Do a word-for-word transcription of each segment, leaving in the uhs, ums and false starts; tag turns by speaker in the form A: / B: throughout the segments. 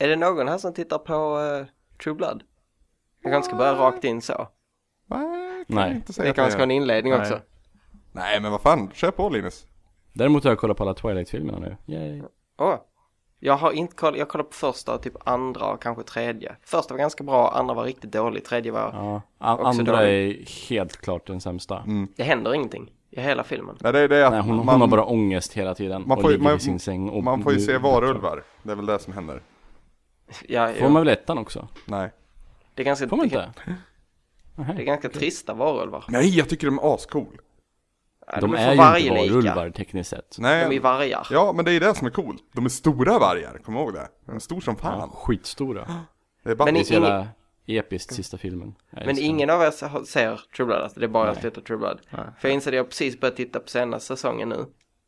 A: Är det någon här som tittar på uh, True Blood? Jag kanske ska börja rakt in så.
B: Nej, kan
C: Nej.
B: inte säga
A: Det kanske ska ha en inledning
C: Nej.
A: också.
B: Nej, men vad fan, kör på Linus.
C: Däremot har jag kollat på alla Twilight-filmerna nu. Yay.
A: Åh. Jag har inte kollat, jag kollade på första och typ andra och kanske tredje. Första var ganska bra, andra var riktigt dålig, tredje var
C: Ja, a-
A: också
C: andra
A: dålig.
C: är helt klart den sämsta.
B: Mm.
A: Det händer ingenting i hela filmen.
B: Nej, det är det att
C: Nej, hon, hon
B: man,
C: har bara ångest hela tiden
B: man
C: och
B: får ju-
C: ligger
B: man-
C: i sin säng. Och
B: man får ju
C: nu-
B: se varulvar. Det är väl det som händer.
A: Ja,
C: Får
A: jo.
C: man väl ettan också?
B: Nej.
A: Det är ganska,
C: Får man
A: det,
C: inte?
A: det är ganska trista varulvar.
B: Nej, jag tycker de är ascool.
A: Ja,
C: De
A: för
C: är ju
A: varglika.
C: inte varulvar tekniskt sett.
B: Nej.
A: De är vargar.
B: Ja, men det är det som är cool. De är stora vargar, kom ihåg det. De är stor som
C: Ja,
B: fan.
C: skitstora.
B: Det är bara...
A: Men
C: Det
A: i-
C: är så jävla episkt sista filmen. Jag
A: Men
C: älskar den.
A: ingen av er har- ser True Blood, alltså det är bara jag
C: Nej.
A: som tittar True Blood. För jag inser att jag precis börjat titta på senaste säsongen nu.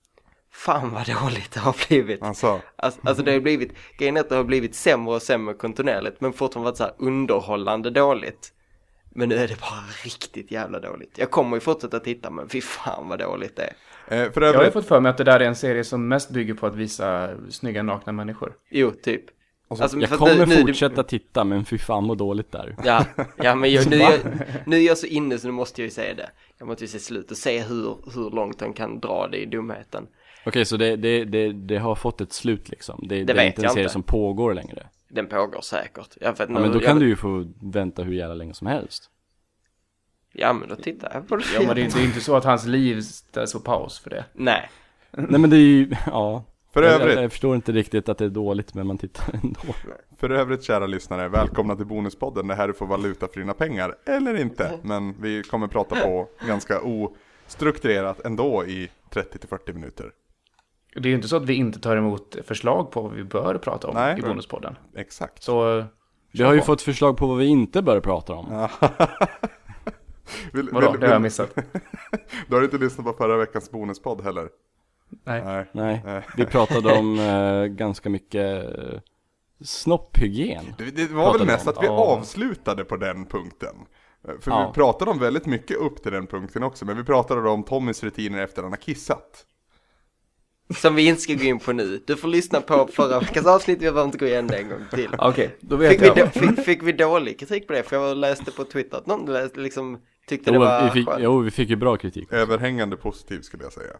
A: Fan vad dåligt det har blivit.
B: Alltså,
A: Alltså, alltså det har blivit, grejen är att det har blivit sämre och sämre kontinuerligt, men fortfarande varit så här underhållande dåligt. Men nu är det bara riktigt jävla dåligt. Jag kommer ju fortsätta titta, men fy fan vad dåligt det är.
B: eh, för
D: Jag har ju
B: övrigt...
D: fått för mig att det där är en serie som mest bygger på att visa snygga nakna människor.
A: Jo, typ.
B: så-
A: Alltså,
C: Jag
A: för att
C: kommer
A: nu- nu-
C: fortsätta titta, men fy fan vad dåligt där.
A: Ja, ja men jag, nu, är jag, nu är jag så inne så nu måste jag ju säga det. Jag måste ju se slut och se hur, hur långt de kan dra det i dumheten.
C: Okej, så det, det, det, det har fått ett slut liksom. Det, det är
A: vet
C: inte en
A: jag
C: serie
A: inte.
C: som pågår längre.
A: Den pågår säkert. Jag vet,
C: Ja, men då kan du ju få vänta hur jävla länge som helst.
A: Ja, men då tittar jag på det.
D: Ja, men det är, det är inte så att hans liv ställs på paus för det.
A: Nej.
C: Nej, men det är ju, ja.
B: För
C: jag,
B: övrigt-
C: jag, jag förstår inte riktigt att det är dåligt, men man tittar ändå.
B: För övrigt, kära lyssnare, välkomna till Bonuspodden. Det här du får valuta för dina pengar, eller inte. Men vi kommer prata på ganska ostrukturerat ändå i trettio till fyrtio minuter.
D: Det är ju inte så att vi inte tar emot förslag på vad vi bör prata om
B: Nej.
D: i Bonuspodden.
B: Exakt.
D: Så,
C: Vi har ju fått förslag på vad vi inte bör prata om.
B: Vill,
D: vadå?
B: vill-
D: Det har jag
B: vill-
D: missat.
B: Du har inte lyssnat på förra veckans Bonuspodd heller?
D: Nej.
B: Nej.
C: Nej,
B: Nej.
C: vi pratade om eh, ganska mycket eh, snopphygien.
B: Det, det var
C: Pratade
B: väl
C: vi
B: mest
C: om.
B: att vi
D: Ja.
B: avslutade på den punkten. För
C: Ja.
B: vi pratade om väldigt mycket upp till den punkten också. Men vi pratade om Tommys rutiner efter han har kissat.
A: Som vi inte ska gå in på nu. Du får lyssna på förra veckans avsnitt. Vi behöver inte gå igen det en gång till.
D: Okej, då vet
A: Fick vi,
D: jag.
A: då, fick, fick vi dålig kritik på det? För jag läste på Twitter att någon läste, liksom tyckte det
C: Jo
A: var
C: vi, fick,
A: skönt.
C: jo, vi fick ju bra kritik.
B: Överhängande positiv skulle jag säga.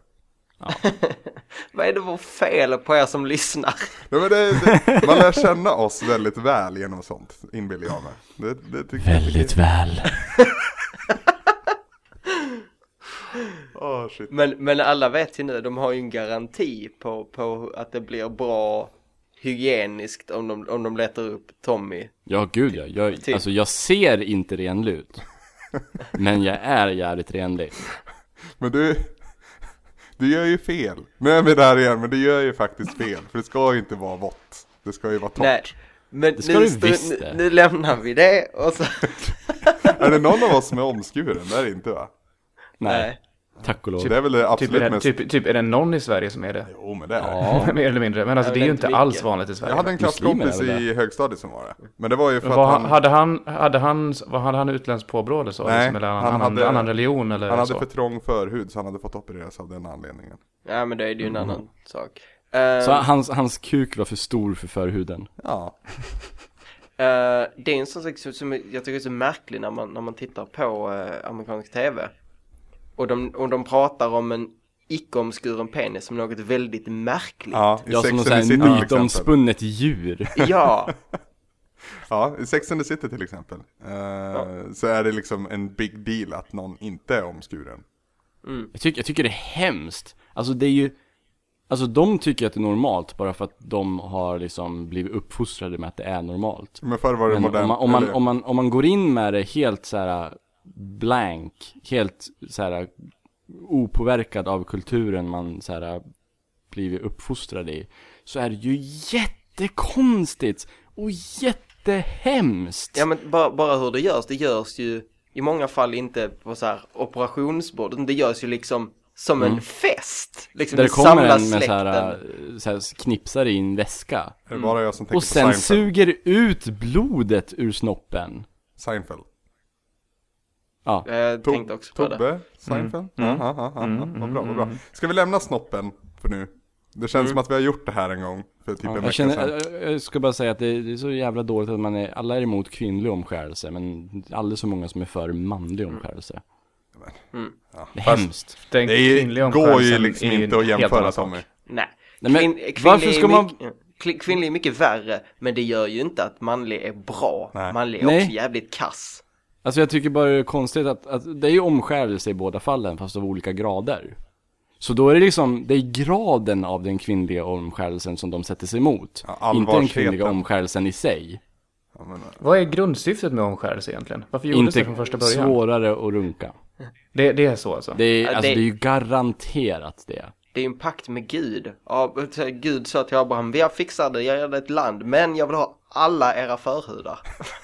A: Vad är det för fel på er som lyssnar?
B: Nej, men det, det, man lär känna oss väldigt väl genom sånt, inbillar jag mig. Det, det tycker
C: Väldigt väl.
B: Åh, shit.
A: Men, men alla vet ju nu, de har ju en garanti på, på att det blir bra hygieniskt om de, om de letar upp Tommy.
C: Ja, gud ja. Jag,
A: Typ.
C: alltså, jag ser inte renlig ut. Men jag är jävligt renlig.
B: Men du, du gör ju fel. Nu är vi där igen, men du gör ju faktiskt fel. För det ska ju inte vara vått. Det ska ju vara torrt.
A: Nej, men
C: Det ska
A: nu,
C: du
A: stå-
C: visst
A: nu,
C: det.
A: nu lämnar vi det och så...
B: Är det någon av oss som är omskuren? Det är det inte, va?
C: Nej, tack och lov.
B: Det är väl det
D: Typ
B: absolut
D: är, det,
B: mest...
D: typ, typ är det någon i Sverige som är det?
B: Jo, men det är det.
C: Ja.
D: Mer eller mindre. Men alltså
A: Jag
D: det är ju
A: vet
D: inte
A: inte
D: alls
A: vilken.
D: vanligt i Sverige.
B: Jag hade en
C: Muslimer
B: klasskompis
C: är väl
B: i högstadiet som var det. Men det var ju för
D: Vad,
B: att han...
D: hade han, hade han, vad hade han utländskt påbrå eller så?
B: Nej,
D: liksom, eller
B: han
D: annan,
B: hade-
D: annan religion eller
B: Han hade
D: så?
B: för trång förhud så han hade fått opereras av den anledningen.
A: Ja, men det är ju en annan sak. Uh,
C: Så hans, hans kuk var för stor för förhuden.
B: Ja.
A: Uh, det är en sån sak som, som jag tycker är så märklig när man, när man tittar på uh, amerikansk tv. Och de, och de pratar om en icke-omskuren penis som något väldigt märkligt.
B: Ja, i
C: Ja,
B: Sex
C: som
B: and
C: någon
B: the
C: sån
B: City
C: här
B: till exempel.
C: mytomspunnet djur.
A: Ja,
B: Ja, i Sex and the City till exempel. Uh, Så är det liksom en big deal att någon inte är omskuren.
C: Jag tycker, jag tycker det är hemskt. Alltså det är ju, alltså de tycker att det är normalt bara för att de har liksom blivit uppfostrade med att det är normalt.
B: Men förr var det
C: Men
B: modern...
C: om man, om, man,
B: eller-
C: om, man, om man går in med det helt så här blank, helt så här opåverkad av kulturen man så här blivit uppfostrad i, så är det ju jättekonstigt och jättehemskt.
A: ja men bara, bara hur det görs. Det görs ju i många fall inte på så här operationsbord. utan det görs ju liksom som en fest. Liksom
C: Där det
A: det
C: kommer
A: samlar
C: en med så
A: släkten.
C: här, så här knipsar i en väska.
B: Är det bara jag som tänker
C: Och
B: på
C: sen
B: Seinfeld?
C: suger ut blodet ur snoppen.
B: Seinfeld.
C: Ja,
A: Jag tänkte också på det.
B: Tobbe, Seinfeld. Ja, ja, ja, ja, ja. Vad bra, vad bra. Ska vi lämna snoppen för nu? Det känns
A: Mm.
B: som att vi har gjort det här en gång för typ
C: Ja,
B: en
C: jag,
B: vecka
C: känner,
B: sedan.
C: jag, jag ska bara säga att det, det är så jävla dåligt att man är, alla är emot kvinnlig omskärelse, men alldeles så många som är för manlig omskärelse.
A: Mm.
B: Ja.
C: Det är
B: Fast
C: hemskt.
D: Den
B: det är,
D: kvinnliga
B: går ju
D: omskärelsen
B: liksom
D: är ju
B: inte att
D: en helt
B: jämföra
D: annan sak.
B: Tommy.
A: Nej,
C: Nej, men
A: Kvin,
C: varför
A: kvinnlig,
C: ska
A: är
C: man-
A: mycket, kli- kvinnlig är mycket värre, men det gör ju inte att manlig är bra.
B: Nej.
A: Manlig är
C: Nej.
A: också jävligt kass.
C: Alltså jag tycker bara det är konstigt att, att det är ju omskärelse i båda fallen, fast av olika grader. Så då är det liksom, det är graden av den kvinnliga omskärelsen som de sätter sig emot.
B: Ja,
C: inte den
B: allvarsheten.
C: kvinnliga omskärelsen i sig.
B: Ja, men,
D: Vad är grundsyftet med omskärelse egentligen? Varför gjordes det
C: Inte
D: från första början?
C: svårare att runka.
D: Det, det är så alltså?
C: Det är,
A: Ja,
C: alltså,
A: det-
C: det är ju garanterat det.
A: Det är en pakt med Gud. Ja, Gud sa till Abraham, vi har fixat det, jag ger dig ett land, men jag vill ha alla era förhudar.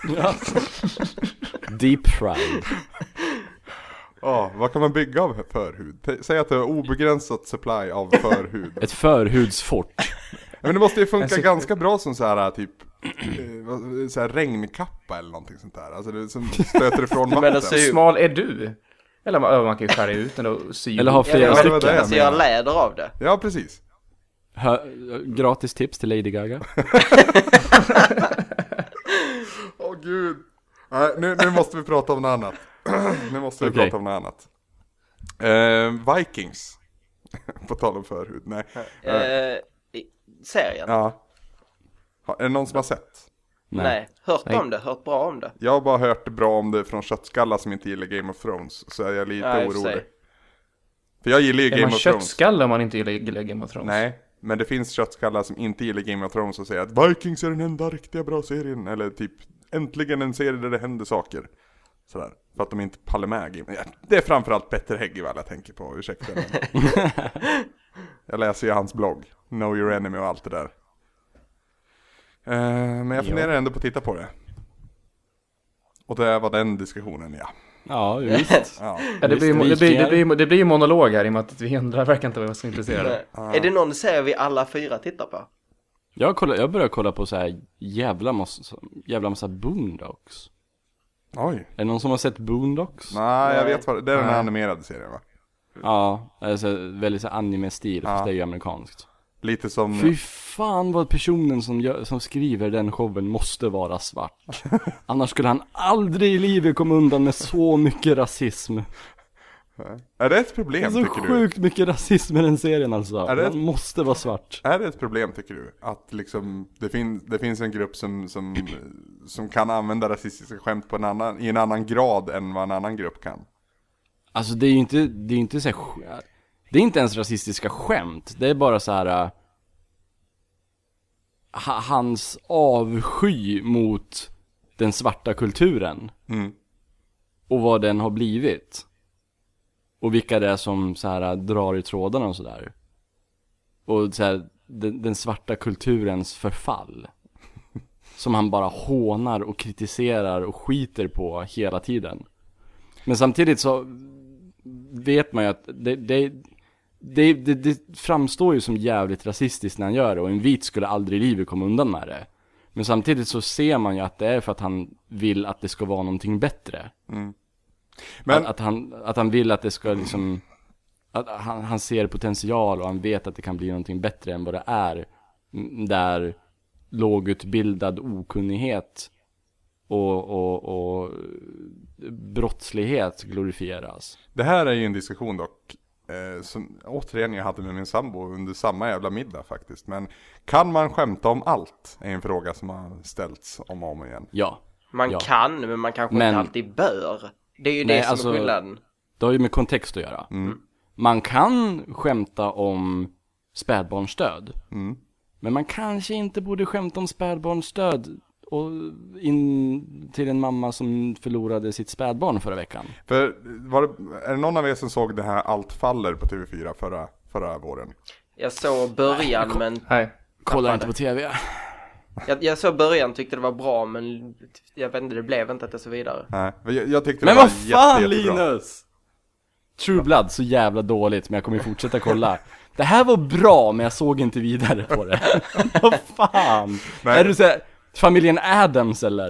C: Deep fried.
B: ja, vad kan man bygga av förhud? T- Säg att det är obegränsat supply av förhud.
C: Ett förhudsfort.
B: Men det måste ju funka
D: Alltså-
B: ganska bra som så här typ eh, vad- så här regnkappa eller någonting sånt där. Alltså det som stöter ifrån
A: Men
B: vatten.
A: alltså-
D: Hur smal är du? Eller man, man kan ju skära ut den och sy
C: Eller ha
D: ihop.
C: flera
B: Ja, det var
C: stycken.
B: det.
A: Alltså jag läder av det.
B: Ja, precis.
C: Hö, gratis tips till Lady Gaga.
B: Åh gud. Nej, nu, nu måste vi prata om något annat. Nu måste vi
C: Okej.
B: prata om något annat. Eh, Vikings. På tal om förhud. Nej. Eh,
A: Eh, i serien?
B: ja. Ha- Är det någon som har sett?
A: Nej. Hört
D: Nej.
A: om det, hört bra om det.
B: Jag har bara hört bra om det från köttskallar som inte gillar Game of Thrones. Så är jag lite
A: Ja, i och för
B: orolig.
A: sig.
B: För jag gillar ju
D: Är
B: Game
D: man
B: of Thrones.
D: köttskalle om man inte gillar Game of Thrones?
B: Nej, men det finns köttskallar som inte gillar Game of Thrones och säger att Vikings är den enda riktiga bra serien. Eller typ, äntligen en serie där det händer saker. Sådär, för att de inte pallar med Game. Ja, det är framförallt Petter Häggevall jag tänker på, ursäkta. Men... jag läser ju hans blogg, Know Your Enemy och allt det där. Eh, men jag funderar ändå på att titta på det. Och det var den diskussionen, ja.
C: Ja, visst.
B: ja.
D: Ja, det, blir, ju-
C: Visst,
D: det, blir, det,
C: vikingar.
D: blir, det blir ju monolog här i och med att vi andra verkar inte vara så intresserade.
A: Är det någon serie vi alla fyra tittar på?
C: Jag, kollar, jag börjar kolla på så här jävla massa, jävla massa Boondocks.
B: Oj.
C: Är det någon som har sett Boondocks?
B: Nej, jag
A: Nej.
B: vet vad det är, den här
D: Nej.
B: animerade serien va?
C: Ja, alltså väldigt så här anime-stil,
B: Ja.
C: fast det är ju amerikanskt.
B: Lite som...
C: Fy fan vad personen som, gör, som skriver den showen måste vara svart. Annars skulle han aldrig i livet komma undan med så mycket rasism.
B: Är det ett
C: Det
B: problem
C: är så
B: tycker du?
C: sjukt mycket rasism i den serien alltså.
B: Är det-
C: Han måste vara svart.
B: Är det ett problem tycker du? Att liksom det, fin- det finns en grupp som, som, som kan använda rasistiska skämt på en annan, i en annan grad än vad en annan grupp kan?
C: Alltså det är ju inte, det är inte så här, sk- det är inte ens rasistiska skämt. Det är bara så här. Uh, ha, hans avsky mot den svarta kulturen.
B: Mm.
C: Och vad den har blivit. Och vilka det är som så här drar i trådarna och sådär. Och så här, den, den svarta kulturens förfall. Som han bara hånar och kritiserar och skiter på hela tiden. Men samtidigt så vet man ju att det, det, det, det, det framstår ju som jävligt rasistiskt när han gör det. Och en vit skulle aldrig i livet komma undan med det. Men samtidigt så ser man ju att det är för att han vill att det ska vara någonting bättre.
B: Mm. Men
C: Att, att, han, att han vill att det ska liksom, att han, han ser potential och han vet att det kan bli någonting bättre än vad det är. m, Där lågutbildad okunnighet och, och, och brottslighet glorifieras.
B: det här är ju en diskussion dock eh, som återigen jag hade med min sambo under samma jävla middag faktiskt. Men kan man skämta om allt? Är en fråga som har ställts om och om igen.
C: Ja,
A: Man
C: Ja.
A: kan, men man kanske
C: Men-
A: inte alltid bör. Det är ju
C: Nej,
A: det som
C: alltså-
A: är skillnaden.
C: det har ju med kontext att göra.
B: Mm.
C: Man kan skämta om spädbarnsdöd.
B: Mm.
C: Men man kanske inte borde skämta om spädbarnsdöd och in till en mamma som förlorade sitt spädbarn förra veckan.
B: För var det, är det någon av er som såg det här Allt faller på T V fyra förra, förra våren?
A: Jag såg början, men
D: Nej.
C: Kolla inte på tv.
A: jag, jag såg början, tyckte det var bra, men jag vet inte, det blev inte att jag så vidare.
B: Nej, men jag, jag tyckte
C: Men
B: det var
C: vad fan
B: jätte, jättebra.
C: Linus! True Blood, så jävla dåligt, men jag kommer fortsätta kolla. Det här var bra, men jag såg inte vidare på det. Vad fan?
B: Nej.
C: Är du så här, familjen Adams eller?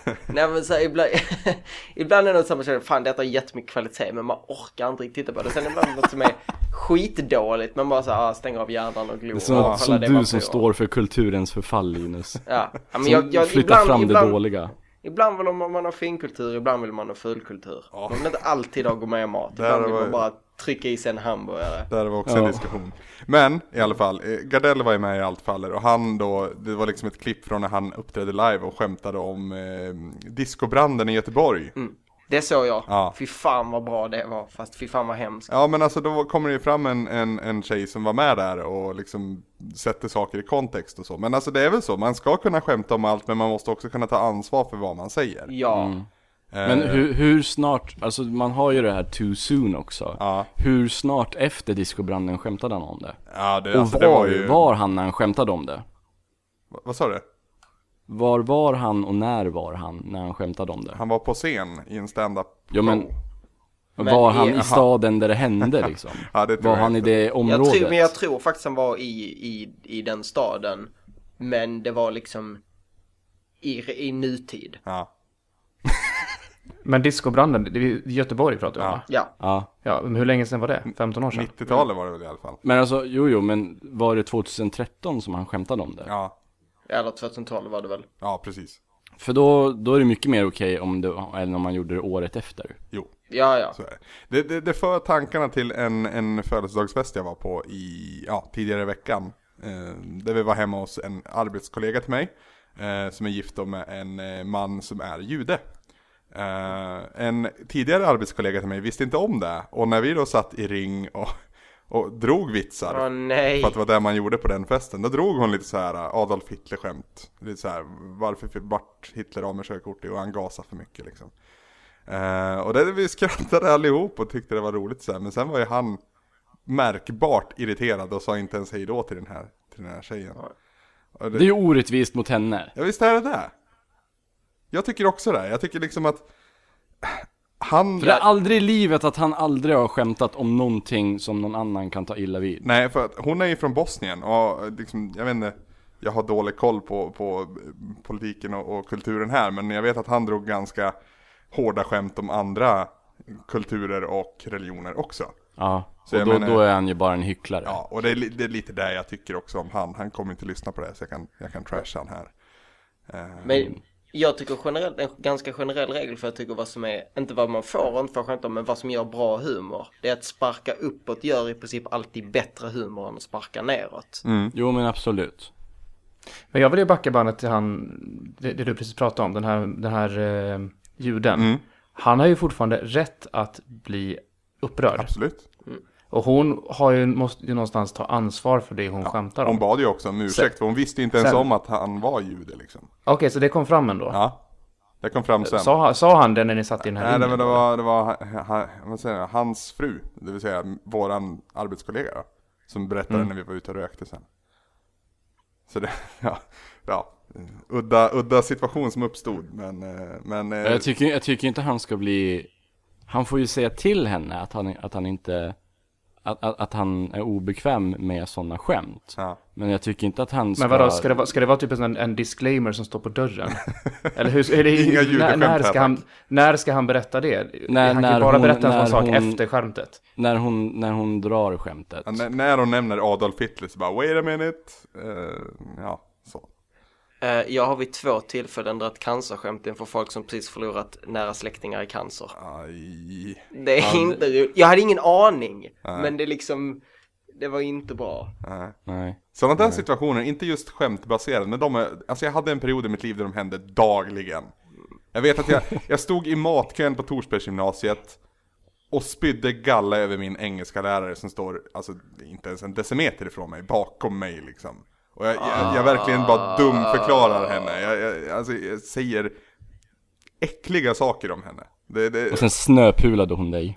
A: Nej men så här, ibland, ibland är det något som man känner, fan detta har jättemycket kvalitet, men man orkar inte riktigt titta på det. Sen ibland är det något som är skitdåligt, man bara så här, ah, stänger av hjärnan och glor.
C: Som,
A: och
C: som
A: det
C: du
A: man
C: som
A: får.
C: står för kulturens förfall, Linus.
A: Ja, ja men
C: Som
A: jag, jag,
C: flyttar
A: ibland,
C: fram
A: ibland,
C: det dåliga.
A: Ibland vill man, man ha finkultur, ibland vill man ha fulkultur.
B: Ja.
A: Man vill inte alltid ha gå med mat.
B: Där
A: Ibland vill
B: var-
A: man bara trycka i sig en hamburgare.
B: Där var också
C: Ja.
B: en diskussion. Men i alla fall, eh, Gardell var ju med i Allt faller. Och han då, det var liksom ett klipp från när han uppträdde live och skämtade om eh, discobranden i Göteborg.
A: Mm. Det såg jag.
B: Ja.
A: Fy fan vad bra det var. Fast fy fan vad hemskt.
B: Ja men alltså då kommer det ju fram en, en, en tjej som var med där och liksom sätter saker i kontext och så. Men alltså det är väl så, man ska kunna skämta om allt men man måste också kunna ta ansvar för vad man säger.
A: Ja.
C: Mm.
B: Eh,
C: Men hur, hur snart, alltså man har ju det här too soon också.
B: Ja,
C: Hur snart efter discobranden skämtade han om det?
B: ja det,
C: Och
B: alltså,
C: var,
B: det var ju...
C: var han när han skämtade om det?
B: Va- Vad sa du?
C: Var var han och när var han när han skämtade om det?
B: Han var på scen i en stand-up
C: Ja, men-
B: show.
A: Men
C: var
A: i-
C: han
A: aha.
C: i staden där det hände liksom?
B: Ja, det tror
C: Var
B: jag
C: han i
B: inte.
C: det
A: Jag
C: området?
A: tror, men jag tror faktiskt han var i, i, i den staden. Men det var liksom i, i nutid.
B: Ja.
D: Men discobranden, det är Göteborg pratar vi om,
B: Ja.
D: va?
A: Ja.
C: Ja.
D: Ja, men hur länge sedan var det? femton år sedan?
B: nittiotalet var det väl i alla fall.
C: Men alltså, jo jo, men var det tjugohundratretton som han skämtade om det?
B: Ja,
A: Eller tjugohundratolv var det väl.
B: ja precis.
C: För då, då är det mycket mer okej om det, än om man gjorde det året efter.
B: Jo.
A: Ja, ja.
B: Så är det. Det, det, det för tankarna till en, en födelsedagsfest jag var på i, ja, tidigare i veckan. Eh, där vi var hemma hos en arbetskollega till mig. Eh, som är gift då med en eh, man som är jude. Eh, en tidigare arbetskollega till mig visste inte om det. Och när vi då satt i ring och, och drog vitsar.
A: Åh nej.
B: För att det var det man gjorde på den festen. Då drog hon lite så här Adolf Hitler-skämt. Lite så här, varför vart Hitler av med körkortet och han gasade för mycket liksom. Uh, och det, vi skrattade allihop och tyckte det var roligt så här. Men sen var ju han märkbart irriterad och sa inte ens hej då till den här, till den här tjejen. Och
C: Det är ju orättvist mot henne.
B: Ja visst är det det. Jag tycker också det. Jag tycker liksom att han...
C: För det är aldrig i livet att han aldrig har skämtat om någonting som någon annan kan ta illa vid.
B: Nej, för att hon är ju från Bosnien och liksom, jag vet inte, jag har dålig koll på, på politiken och, och kulturen här, men jag vet att han drog ganska hårda skämt om andra kulturer och religioner också.
C: Ja,
B: Så
C: och
B: jag
C: då,
B: menar-
C: då är han ju bara en hycklare.
B: Ja, och det är, li- det är lite det jag tycker också om han. Han kommer inte lyssna på det, så jag kan, jag kan trasha han här. Eh,
A: Men jag tycker generellt, en ganska generell regel för jag tycker vad som är, inte vad man får och inte får skämta om, men vad som gör bra humor. Det är att sparka uppåt gör i princip alltid bättre humor än att sparka neråt.
B: mm.
C: Jo men absolut.
D: Men jag vill ju backa bandet till han, det, det du precis pratade om, den här, den här eh, juden.
B: Mm,
D: Han har ju fortfarande rätt att bli upprörd.
B: absolut.
D: Och hon har ju, måste ju någonstans ta ansvar för det hon skämtar om.
B: Hon bad ju också om ursäkt, för hon visste inte ens
D: Sen-
B: om att han var jude liksom.
D: Okej, så det kom fram ändå?
B: Ja, det kom fram sen.
D: Sa, sa han det när ni satt i den här
B: Nej, det,
D: ringen?
B: men det var, det var ha, ha, vad säger jag, hans fru, det vill säga våran arbetskollega då, som berättade
D: Mm.
B: när vi var ute och rökte sen. Så det, ja, ja udda, udda situation som uppstod, men, eh, men eh,
C: Jag tycker, jag tycker inte han ska bli... Han får ju säga till henne att han, att han inte... Att, att, att han är obekväm med sådana skämt.
B: ja.
C: Men jag tycker inte att han ska...
D: Men vadå, ska det, vara, ska det vara typ en, en disclaimer som står på dörren? Eller hur, är det,
B: Inga
D: när,
B: ljudeskämt
D: när,
B: här,
D: ska han, när ska han berätta det?
C: När-
D: han kan
C: när
D: ju bara
C: hon-
D: berätta en sån
C: när
D: sak
C: hon-
D: efter skämtet.
C: När hon, när hon drar skämtet.
B: Ja, n- när hon nämner Adolf Hitler så bara, wait a minute, eh, ja, så.
A: Eh, Jag har vid två tillfällen dragit cancerskämt inför folk som precis förlorat nära släktingar i cancer.
B: Aj.
A: Det är inte roligt. Jag hade ingen aning.
B: Nej.
A: Men det liksom, det var inte bra.
B: Nej.
C: Nej.
B: Sådana där situationer, inte just skämtbaserade, men de är, alltså jag hade en period i mitt liv där de hände dagligen. Jag vet att jag, jag stod i matkön på Torsbergsgymnasiet och spydde galla över min engelska lärare som står, alltså inte ens en decimeter ifrån mig, bakom mig liksom. Och jag, jag, jag verkligen bara dumförklarar henne. Jag, jag, alltså jag säger äckliga saker om henne. Det, det,
C: Och sen snöpulade hon dig.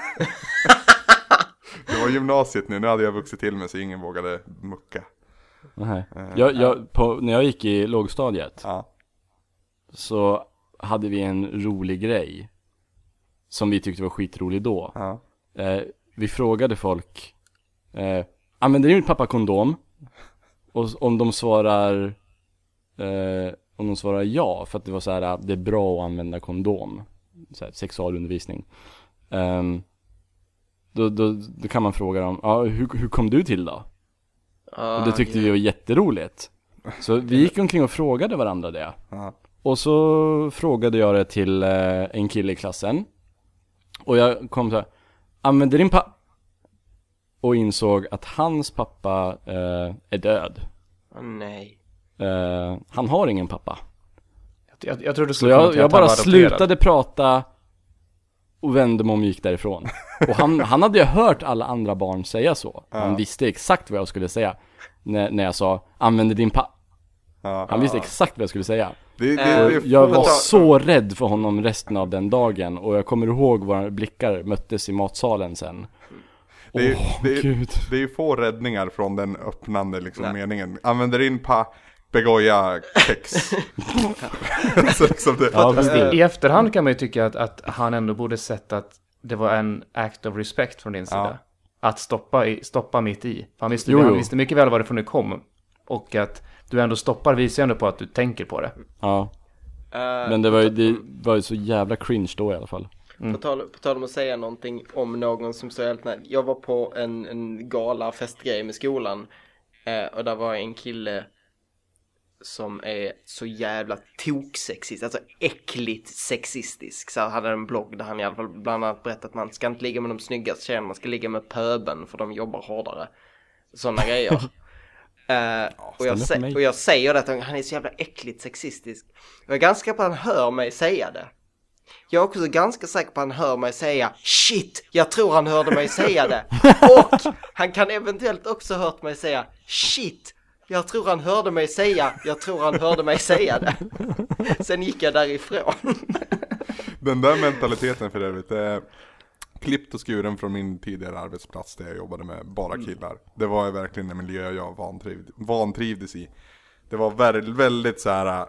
B: det var gymnasiet nu, nu hade jag vuxit till mig så ingen vågade mucka.
C: Nej. Jag, jag, på, när jag gick i lågstadiet
B: Ja.
C: så hade vi en rolig grej som vi tyckte var skitrolig då.
B: Ja.
C: Eh, vi frågade folk, eh, använder din pappa kondom? Och om de svarar, eh, Och de svarade ja, för att det var så här, det är bra att använda kondom. Så här, sexualundervisning. Um, då, då, då kan man fråga dem, ja, hur, hur kom du till då?
A: Ah,
C: och det tyckte
A: yeah.
C: vi var jätteroligt. Så vi gick omkring och frågade varandra det.
B: Ja.
C: Och så frågade jag det till eh, en kille i klassen. Och jag kom så här, använder din pappa? Och insåg att hans pappa eh, är död.
A: Åh oh, nej.
C: Eh, han har ingen pappa.
D: Jag, jag tror du
C: Så
D: skulle
C: jag, jag bara
D: slutade
C: slutade prata och vände mig om och gick därifrån. Och han, han hade ju hört alla andra barn säga så. Han
B: Ja.
C: visste exakt vad jag skulle säga. När, när jag sa, använder din pappa?
B: Ja.
C: Han visste exakt vad jag skulle säga.
B: Det, det,
A: Eh,
B: det,
C: Jag
B: får-
C: var så rädd för honom resten av den dagen. Och jag kommer ihåg våra blickar möttes i matsalen sen. Åh,
B: Det är, det, är,
C: gud.
B: det är ju få räddningar från den öppnande liksom,
A: Nej.
B: meningen. Använder in pa begoja kex. Så liksom det,
C: Ja,
D: Fast
C: det-
D: i, I efterhand kan man ju tycka att, att han ändå borde sett att det var en act of respect från din sida. Att stoppa, i, stoppa mitt i. Han visste,
C: Jo,
D: han
C: jo.
D: visste mycket väl varifrån det kom. Och att du ändå stoppar visar ju ändå på att du tänker på det.
C: Ja,
A: Eh,
C: men det var ju, det var ju så jävla cringe då i alla fall.
A: På tal, på tal om att säga någonting om någon som så helt nära. Jag var på en, en gala festgrej med skolan. Eh, och där var en kille som är så jävla toksexist. Alltså äckligt sexistisk. Så han hade en blogg där han i alla fall bland annat berättat att man ska inte ligga med de snyggaste tjejerna. Man ska ligga med pöben för de jobbar hårdare. Sådana grejer. Uh, och, jag
C: stämmer för
A: sä-
C: mig.
A: och jag säger det att han är så jävla äckligt sexistisk. Jag är ganska säker på att han hör mig säga det. Jag är också ganska säker på att han hör mig säga shit, jag tror han hörde mig säga det. Och han kan eventuellt också hört mig säga shit, jag tror han hörde mig säga, jag tror han hörde mig säga det. Sen gick jag därifrån.
B: den där mentaliteten för övrigt är klippt och skuren från min tidigare arbetsplats där jag jobbade med bara killar. Det var ju verkligen en miljö jag vantriv, vantrivdes i. Det var väldigt, väldigt så här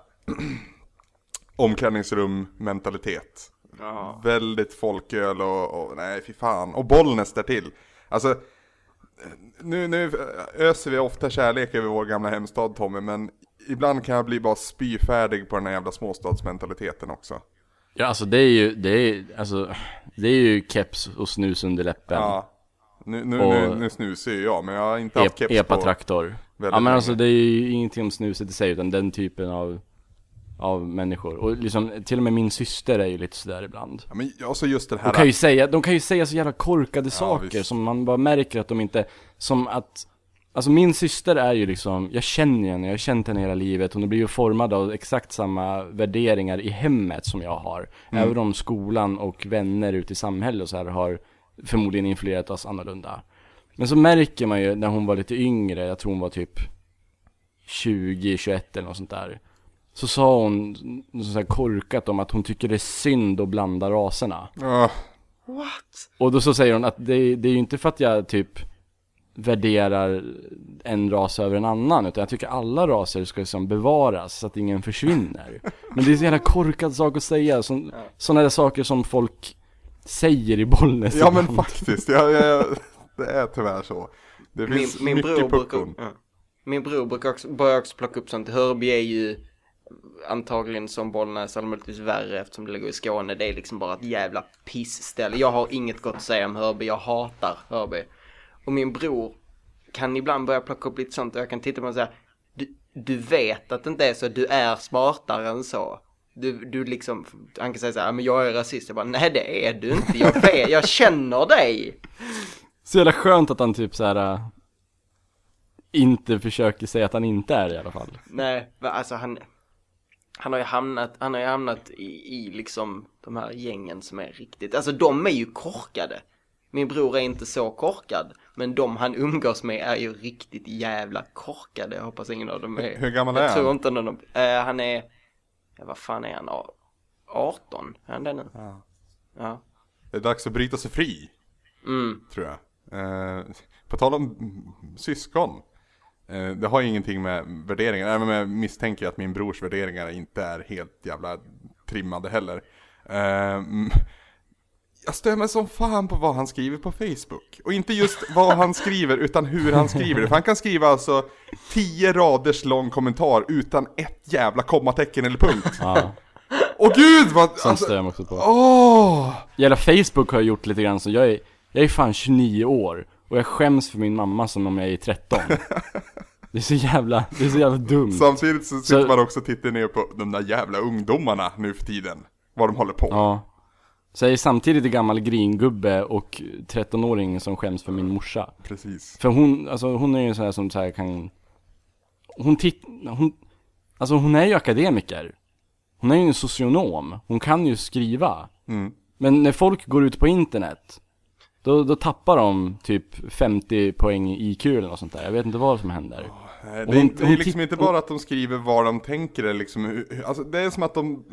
B: omklädningsrum mentalitet.
A: Ja.
B: Väldigt folköl och, och nej fy fan. Och Bollnäs där till. Alltså nu, nu öser vi ofta kärlek över vår gamla hemstad Tommy, men ibland kan jag bli bara spyfärdig på den här jävla småstadsmentaliteten också.
C: Ja, alltså det är ju, det är, alltså, det är ju keps och snus under läppen.
B: Ja. Nu, nu,
C: Och-
B: nu, nu snusar ju jag, men jag har inte haft
C: E-
B: keps på.
C: Epa-traktor. Ja, men
B: länge.
C: alltså det är ju ingenting om snuset i sig, utan den typen av, av människor. Och liksom, till och med min syster är ju lite sådär ibland.
B: Ja, men alltså just det
C: De
B: här.
C: kan ju säga, de kan ju säga så jävla korkade saker
B: visst.
C: som man bara märker att de inte, som att, alltså min syster är ju liksom, jag känner henne, jag har känt henne hela livet. Hon har blivit formad av exakt samma värderingar i hemmet som jag har.
B: Mm.
C: Även om skolan och vänner ute i samhället och så här har förmodligen influerat oss annorlunda. Men så märker man ju när hon var lite yngre, jag tror hon var typ tjugo, tjugoett eller något sånt där. Så sa hon så här korkat om att hon tycker det är synd att blanda raserna.
B: Ja,
A: What?
C: Och då så säger hon att det, det är ju inte för att jag typ värderar en ras över en annan, utan jag tycker alla raser ska liksom bevaras så att ingen försvinner. Men det är så jävla korkad sak att säga, som, sådana där saker som folk säger i Bollnäs.
B: ja men
C: ibland.
B: faktiskt. Ja, ja, ja, det är tyvärr så. Det
A: Min,
B: finns
A: min,
B: mycket
A: bror brukar,
B: puckon.
A: ja. min bror brukar också, börjar också plocka upp sånt. Hörby är ju antagligen som Bollnäs, eller möjligtvis värre eftersom det ligger i Skåne. Det är liksom bara ett jävla pissställe. Jag har inget gott att säga om Hörby. Jag hatar Hörby. Och min bror kan ibland börja plocka upp lite sånt. Och jag kan titta på honom och säga, du, du vet att det inte är så. Du är smartare än så. Du, du liksom, han kan säga så här, men jag är rasist. Jag bara, nej det är du inte. Jag vet, jag känner dig.
C: Så jävla skönt att han typ så här äh, inte försöker säga att han inte är i alla fall.
A: Nej, va- alltså han han har ju hamnat han har ju hamnat i, i liksom de här gängen som är riktigt, alltså de är ju korkade. Min bror är inte så korkad, men de han umgås med är ju riktigt jävla korkade. Jag hoppas ingen av dem är.
B: Hur gammal är
A: Jag
B: han?
A: tror inte någon av, eh, han är, ja, vad fan är han? arton, är han det nu?
B: Ja.
A: Ja.
B: Det är dags att bryta sig fri,
A: Mm.
B: tror jag. Eh, på tal om mm, syskon. Eh, det har ju ingenting med värderingar. Även om jag misstänker att min brors värderingar inte är helt jävla trimmade heller. Eh, mm, jag stör mig som fan på vad han skriver på Facebook. Och inte just vad han skriver utan hur han skriver det. För han kan skriva alltså tio raders lång kommentar utan ett jävla kommatecken eller punkt.
C: Ja.
B: Åh gud! Vad,
C: Sånt
B: alltså,
C: stör jag mig också på.
B: åh!
C: Jävla Facebook har gjort lite grann så jag är, jag är fan tjugonio år. Och jag skäms för min mamma som om jag är tretton. Det är så jävla, det är så jävla dumt.
B: Samtidigt så sitter
C: Så-
B: man också och tittar ner på de där jävla ungdomarna nu för tiden. Vad de håller på.
C: Ja. Så jag är samtidigt en gammal gringubbe och trettonåring som skäms för min morsa.
B: Precis.
C: För hon, alltså hon är ju en sån här som så här kan... Hon titt... Hon... Alltså hon är ju akademiker. Hon är ju en socionom. Hon kan ju skriva.
B: Mm.
C: Men när folk går ut på internet, då, då tappar de typ femtio poäng i I Q eller något sånt där. Jag vet inte vad som händer.
B: Nej,
C: Och
B: Det är,
C: hon-
B: det är
C: hon
B: liksom
C: titt-
B: inte bara att de skriver vad de tänker eller liksom, hur- alltså det är som att de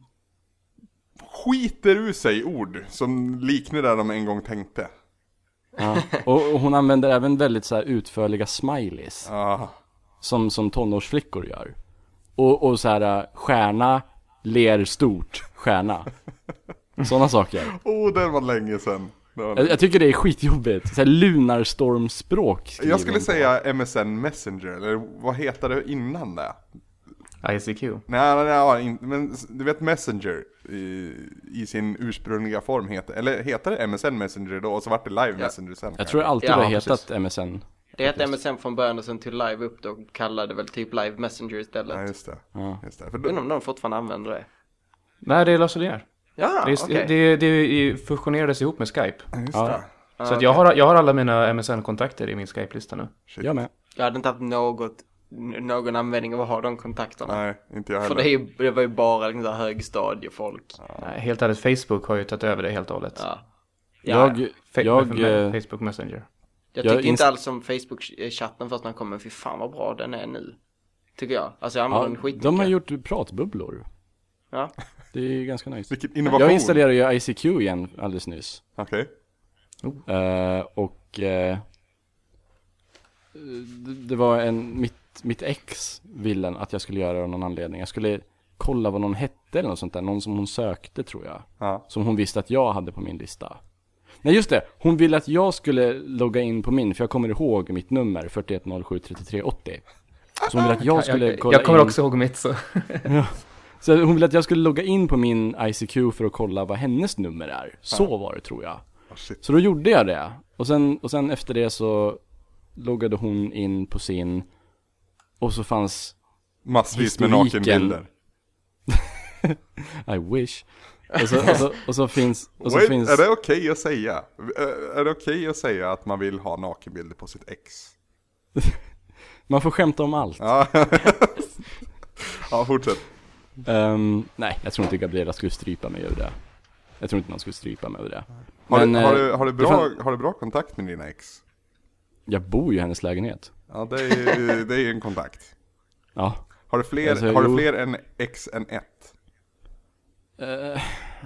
B: skiter ur sig ord som liknar det de en gång tänkte.
C: Ja. Och, och hon använder även väldigt så här utförliga smileys.
B: Ah.
C: Som, som tonårsflickor gör. Och, och så här, äh, stjärna, ler stort, stjärna. Sådana saker.
B: Åh, oh, det var länge sedan. Det var
C: Jag, jag tycker det är skitjobbigt. Så här lunarstormspråk skriver
B: Jag skulle
C: hon på.
B: säga M S N Messenger, eller vad heter det innan det?
D: I C Q.
B: Nej, nej, nej, inte- men du vet Messenger i, i sin ursprungliga form heter, eller heter det M S N Messenger då, och så vart det Live Messenger sen.
C: Jag tror det alltid
A: Ja,
C: har
A: precis.
C: hetat M S N.
A: Det hette M S N från början och sen till live upp då och kallade väl typ live messenger istället.
B: Ja, just det.
C: Ja.
B: Just det. För
A: Jag undrar
B: då,
A: om de fortfarande använder det.
D: Nej, det är löser det är.
A: Ja,
D: Det, är,
A: okej.
D: det, det fusionerades ihop med Skype.
B: just
C: Ja.
B: det.
D: Så att jag, har, jag har alla mina M S N-kontakter i min Skype-lista nu.
B: Shit.
C: Jag med.
A: Jag hade inte haft något, någon användning av att ha de kontakterna.
B: Nej, inte jag
A: För
B: heller.
A: det, är, ju- det var ju bara liksom så här högstadiefolk.
D: Nej, helt ärligt, Facebook har ju tagit över det helt och hållet.
A: Ja.
C: Jag,
A: ja.
D: Fa-
C: jag,
D: med
C: eh,
D: Facebook Messenger.
A: Jag
C: jag
A: tyckte inte
C: inst-
A: alls om Facebook-chatten först när den kom, men fy fan vad bra den är nu. Tycker jag. Alltså jag använder
C: ja,
A: den skitmycket.
C: de har gjort pratbubblor.
A: Ja.
C: Det är ganska nice.
B: Vilken innovation.
C: Jag installerade ju I C Q igen alldeles nyss.
B: Okej.
C: Eh, och eh, det, det var en mitt, mitt ex ville att jag skulle göra av någon anledning. Jag skulle kolla vad någon hette eller något sånt där. Någon som hon sökte tror jag.
B: Ja.
C: Som hon visste att jag hade på min lista. Nej just det, hon ville att jag skulle logga in på min, för jag kommer ihåg mitt nummer fyrtioett noll sju trettiotre åttio. Så hon ville att jag skulle
D: jag,
C: kolla
D: jag kommer
C: in.
D: också ihåg mitt så.
C: Så hon ville att jag skulle logga in på min I C Q för att kolla vad hennes nummer är. Så var det tror jag.
B: Oh, shit.
C: Så då gjorde jag det. Och sen, och sen efter det så loggade hon in på sin. Och så fanns
B: Massvis med
C: historiken.
B: nakenbilder.
C: I wish. Och så, och så, och så finns, och så
B: Wait,
C: finns
B: är det okej att säga? Är är det okej att säga att man vill ha nakenbilder på sitt ex?
C: man får skämta om allt.
B: Ja, ja fortsätt.
C: Um, nej, jag tror inte Gabriella skulle strypa mig över det. Jag tror inte någon skulle strypa mig över det.
B: Har,
C: Men,
B: du, har,
C: eh,
B: du, har, du
C: det
B: bra,
C: fan-
B: har du bra kontakt med dina ex?
C: Jag bor ju i hennes lägenhet.
B: Ja, det är ju det är ju en kontakt.
C: Ja.
B: Har du fler,
C: Alltså,
B: har du
C: jo.
B: fler än ex än ett?
C: Uh,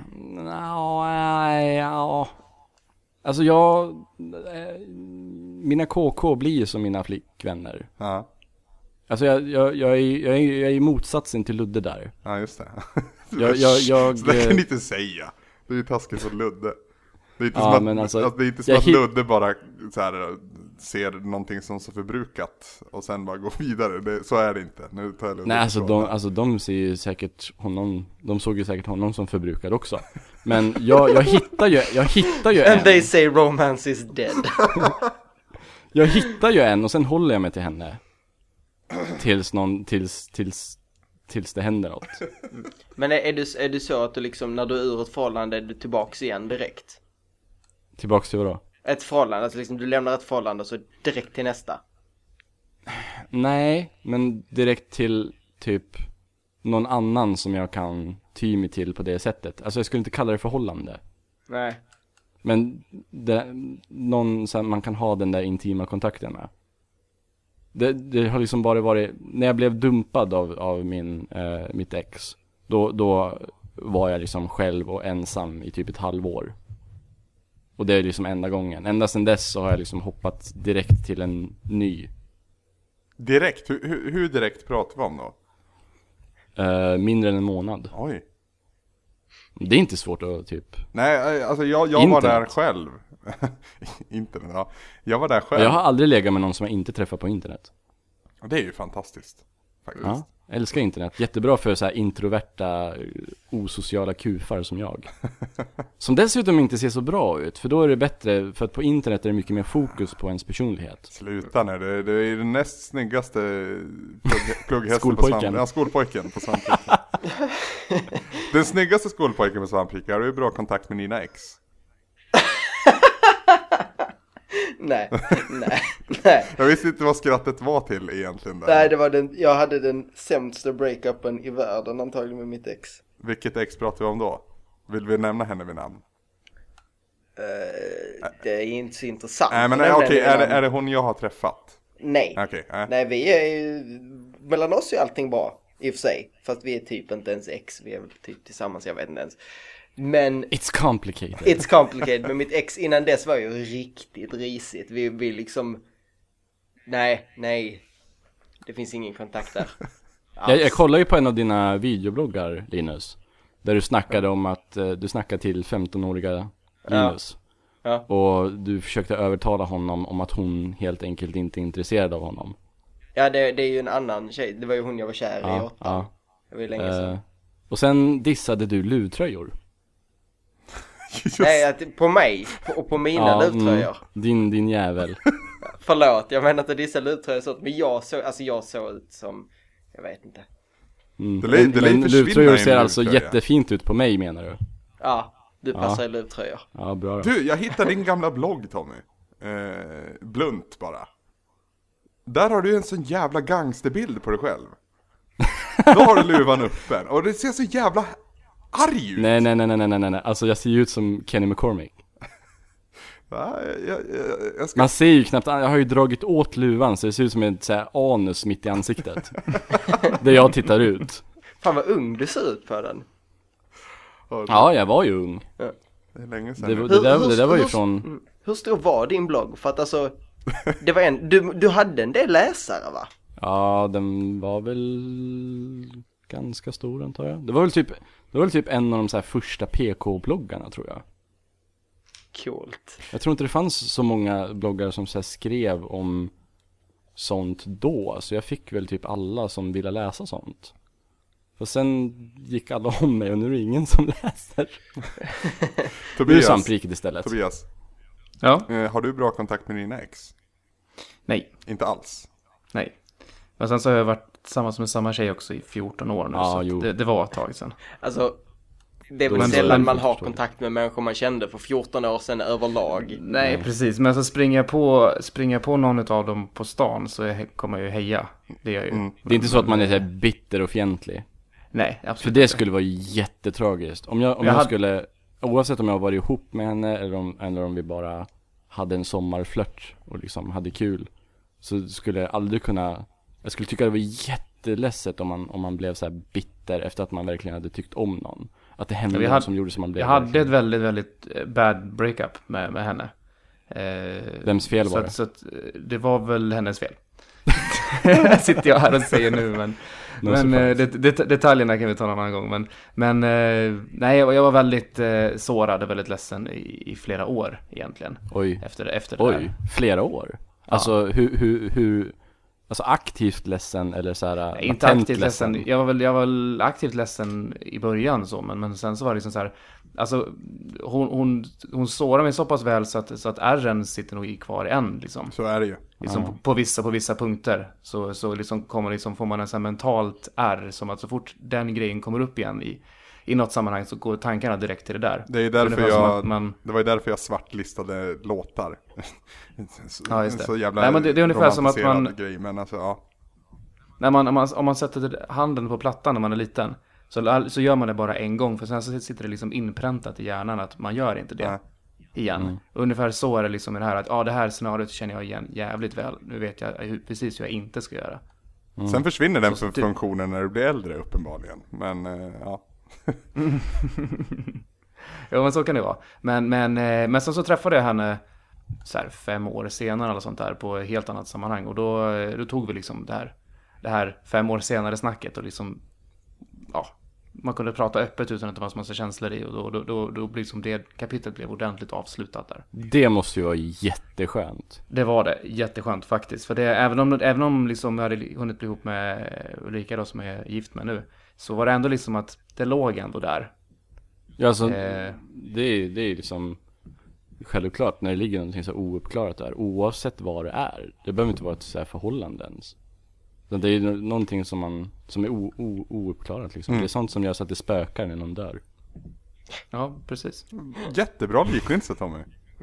C: nej, ja. Alltså jag... eh, mina K K blir ju som mina flickvänner.
B: Ja,
C: Alltså jag, jag, jag, är, jag, är, jag är i motsatsen till Ludde där.
B: ja just det.
C: Jag, jag, jag,
B: Så det kan
C: eh,
B: du inte säga. Det är ju taskigt för Ludde. Det är inte
C: Ja,
B: som att,
C: men alltså,
B: att, det är inte som
C: jag
B: att
C: hit-
B: Ludde bara så här, ser någonting som så förbrukat och sen bara går vidare. Det, så är det inte. Nu tar jag Ludde
C: Nej, alltså
B: ifrån
C: de,
B: det.
C: alltså de ser ju säkert honom, de såg ju säkert honom som förbrukad också. Men jag, jag hittar ju, jag hittar ju
A: And they
C: en,
A: say romance is dead.
C: jag hittar ju en och sen håller jag mig till henne. Tills någon, tills, tills, tills det händer något.
A: Men är, är, du, är du så att du liksom, när du är ur ett förhållande, är du tillbaks igen direkt?
C: Tillbaks till vadå?
A: Ett förhållande, alltså liksom du lämnar ett förhållande och så direkt till nästa.
C: Nej, men direkt till typ någon annan som jag kan ty mig till på det sättet. Alltså jag skulle inte kalla det förhållande.
A: Nej.
C: Men det, någon som man kan ha den där intima kontakten med. Det, det har liksom bara varit, när jag blev dumpad av, av min, eh, mitt ex, då, då var jag liksom själv och ensam i typ ett halvår. Och det är liksom enda gången. Ända sedan dess så har jag liksom hoppat direkt till en ny.
B: Direkt? Hur, hur, hur direkt pratar vi om då?
C: Eh, mindre än en månad.
B: Oj.
C: Det är inte svårt att typ...
B: Nej, alltså jag, jag var där själv. Internet, ja. Jag var där själv.
C: Jag har aldrig legat med någon som jag inte träffat på internet.
B: Och det är ju fantastiskt. Faktiskt.
C: Ja, jag älskar internet. Jättebra för så här introverta, osociala kufar som jag. Som dessutom inte ser så bra ut. För då är det bättre, för att på internet är det mycket mer fokus på ens personlighet.
B: Sluta nu, det, det är den näst snyggaste plugg, plugghästen
C: Skolpojken.
B: på svamp. Ja, skolpojken på svampriken. Den snyggaste skolpojken på svampriken har ju bra kontakt med dina ex.
A: nej, nej, nej.
B: Jag visste inte vad skrattet var till egentligen där.
A: Nej, det var den, jag hade den sämsta breakupen i världen antagligen med mitt ex.
B: Vilket ex pratar vi om då? Vill vi nämna henne vid namn?
A: Uh, det är inte så intressant.
B: Nej, men okej, okay, är, det, är det hon jag har träffat?
A: Nej.
B: Okay, äh.
A: Nej, vi är ju, mellan oss är allting bra i och för sig. Fast vi är typ inte ens ex, vi är väl typ tillsammans, jag vet inte ens. Men
C: It's complicated.
A: It's complicated. Men mitt ex innan dess var ju riktigt risigt. Vi, vi liksom... Nej, nej. Det finns ingen kontakt där.
C: Jag, jag kollar ju på en av dina videobloggar, Linus. Där du snackade om att uh, du snackade till femtonåriga Linus.
A: Ja. Ja.
C: Och du försökte övertala honom om att hon helt enkelt inte är intresserad av honom.
A: Ja, det, det är ju en annan tjej. Det var ju hon jag var kär
C: Ja,
A: i åtta.
C: ja.
A: Det var ju länge sedan.
C: Uh, och sen dissade du luvtröjor.
A: Just. Nej, att, på mig på, och på mina
C: ja,
A: luvtröjor.
C: Mm, din, din jävel.
A: Förlåt, jag menar inte dissa luvtröjor så, men jag såg, alltså jag såg ut som, jag vet inte.
C: Mm.
B: Det lär, det lär
C: men
B: försvinna
C: luvtröjor
B: i
C: ser
B: en
C: alltså
B: luvtröja.
C: jättefint ut på mig, menar du?
A: Ja, du passar
C: Ja.
A: i luvtröjor.
C: Ja, bra då.
B: Du, jag hittade din gamla blogg, Tommy. Eh, blunt bara. Där har du en sån jävla gangsterbild på dig själv. Då har du luvan uppe. Och det ser så jävla arg ut.
C: Nej, nej, nej, nej, nej, nej. Alltså jag ser ju ut som Kenny McCormick.
B: Ja, jag, jag, jag ska...
C: Man ser ju knappt, jag har ju dragit åt luvan så det ser ut som ett så här anus mitt i ansiktet. Där jag tittar ut.
A: Fan vad ung du ser ut på den.
C: Ja, jag var ju ung.
B: Det är länge sedan.
C: Det, var-
B: nu.
C: det, där,
A: Hur-
C: det där var ju
A: hur-
C: från...
A: Mm. Hur stor var din blogg? För att alltså, det var en, du, du hade en del läsare va?
C: Ja, den var väl ganska stor, antar jag. Det var väl typ, det var väl typ en av de så här första P K-bloggarna, tror jag.
A: Coolt.
C: Jag tror inte det fanns så många bloggar som så här skrev om sånt då. Så jag fick väl typ alla som ville läsa sånt. Och sen gick alla om mig och nu är det ingen som läser. Nu är
B: Tobias,
C: svampriket istället.
B: Tobias
D: Ja,
B: eh, har du bra kontakt med dina ex?
D: nej,
B: Inte alls.
D: nej. Men sen så har jag varit tillsammans med samma tjej också i fjorton år nu.
C: Ja,
D: så
C: jo.
D: det, det var ett tag sedan.
A: Alltså, det är väl
D: Men-
A: sällan
D: men-
A: man har kontakt med människor man kände för fjorton år sedan överlag.
D: Nej, precis. Men så springer jag på, springer jag på någon av dem på stan så jag, kommer jag ju heja. Det gör jag ju.
B: Mm.
C: Det är inte så att man är så här bitter och fientlig.
D: Nej,
C: För
D: absolut
C: det
D: inte.
C: skulle vara jättetragiskt. Om jag, om
D: Jag
C: jag,
D: hade-
C: skulle, oavsett om jag varit ihop med henne eller om, eller om vi bara hade en sommarflört och liksom hade kul, så skulle jag aldrig kunna, jag skulle tycka det var jätteledset om man, om man blev så här bitter efter att man verkligen hade tyckt om någon. Att det hände
D: Ja, vi
C: något
D: hade-
C: som gjorde som man blev.
D: Jag hade
C: verkligen.
D: ett väldigt, väldigt eh, bad breakup med, med henne. Eh,
C: Vems fel
D: så
C: var
D: att,
C: det?
D: Så att, eh, det var väl hennes fel. Sitter jag här och säger nu, men,
C: No
D: men eh,
C: surprise.
D: det, det, detaljerna kan vi ta någon annan gång. Men, men eh, nej, jag, jag var väldigt eh, sårad och väldigt ledsen i, i flera år egentligen.
C: Oj,
D: Efter, efter det
C: oj,
D: där.
C: flera år. Alltså hur, hur, hur, alltså aktivt ledsen eller så här
D: Nej, inte
C: latent
D: aktivt ledsen. Jag var väl, jag var väl aktivt ledsen i början så, men, men sen så var det liksom så här, alltså hon, hon, hon sårar mig så pass väl så att, så att ärren sitter nog i kvar än liksom.
B: Så är det ju.
D: Liksom
C: Ja.
D: på, på vissa på vissa punkter så så liksom kommer liksom får man en sån här mentalt ärr som att så fort den grejen kommer upp igen i i något sammanhang så går tankarna direkt till det där.
B: Det är ju därför
D: Ungefär som
B: jag,
D: att man-
B: det var ju därför jag svartlistade låtar. så,
D: Ja, just det.
B: Så jävla
D: Nej, men det- det är ungefär som att man-
B: romantiserad grej, men alltså, ja.
D: När man, om, man, om man sätter handen på plattan när man är liten så, så gör man det bara en gång för sen så sitter det liksom inpräntat i hjärnan att man gör inte det
B: Nej.
D: igen.
C: Mm.
D: Ungefär så är det liksom med det här att ja, det här scenariot känner jag igen jävligt väl. Nu vet jag hur, precis hur jag inte ska göra.
C: Mm.
B: Sen försvinner den
D: Så
B: fun-
D: det-
B: funktionen när du blir äldre uppenbarligen. Men eh, ja.
D: Ja, men så kan det vara. Men, men, eh, men sen så träffade jag henne så här fem år senare eller sånt där på ett helt annat sammanhang. Och då, eh, då tog vi liksom det här, det här fem år senare snacket och liksom, ja, man kunde prata öppet utan att det var så massa känslor i, och då, då, då, då blev liksom det kapitlet blev ordentligt avslutat där.
C: Det måste ju vara jätteskönt.
D: Det var det, jätteskönt faktiskt. För det, även om, även om liksom jag hade hunnit bli ihop med Ulrika då, som jag är gift med nu, så var det ändå liksom att det låg ändå där.
C: Ja, alltså,
D: Eh.
C: det är det är liksom självklart när det ligger någonting så ouppklarat där, oavsett vad det är. Det behöver inte vara ett så här förhållande ens. Det är någonting som man som är o, o, ouppklarat liksom. Mm. Det är sånt som gör så att det spökar när någon dör.
D: Ja, precis.
B: Jättebra liknelse, Tommy.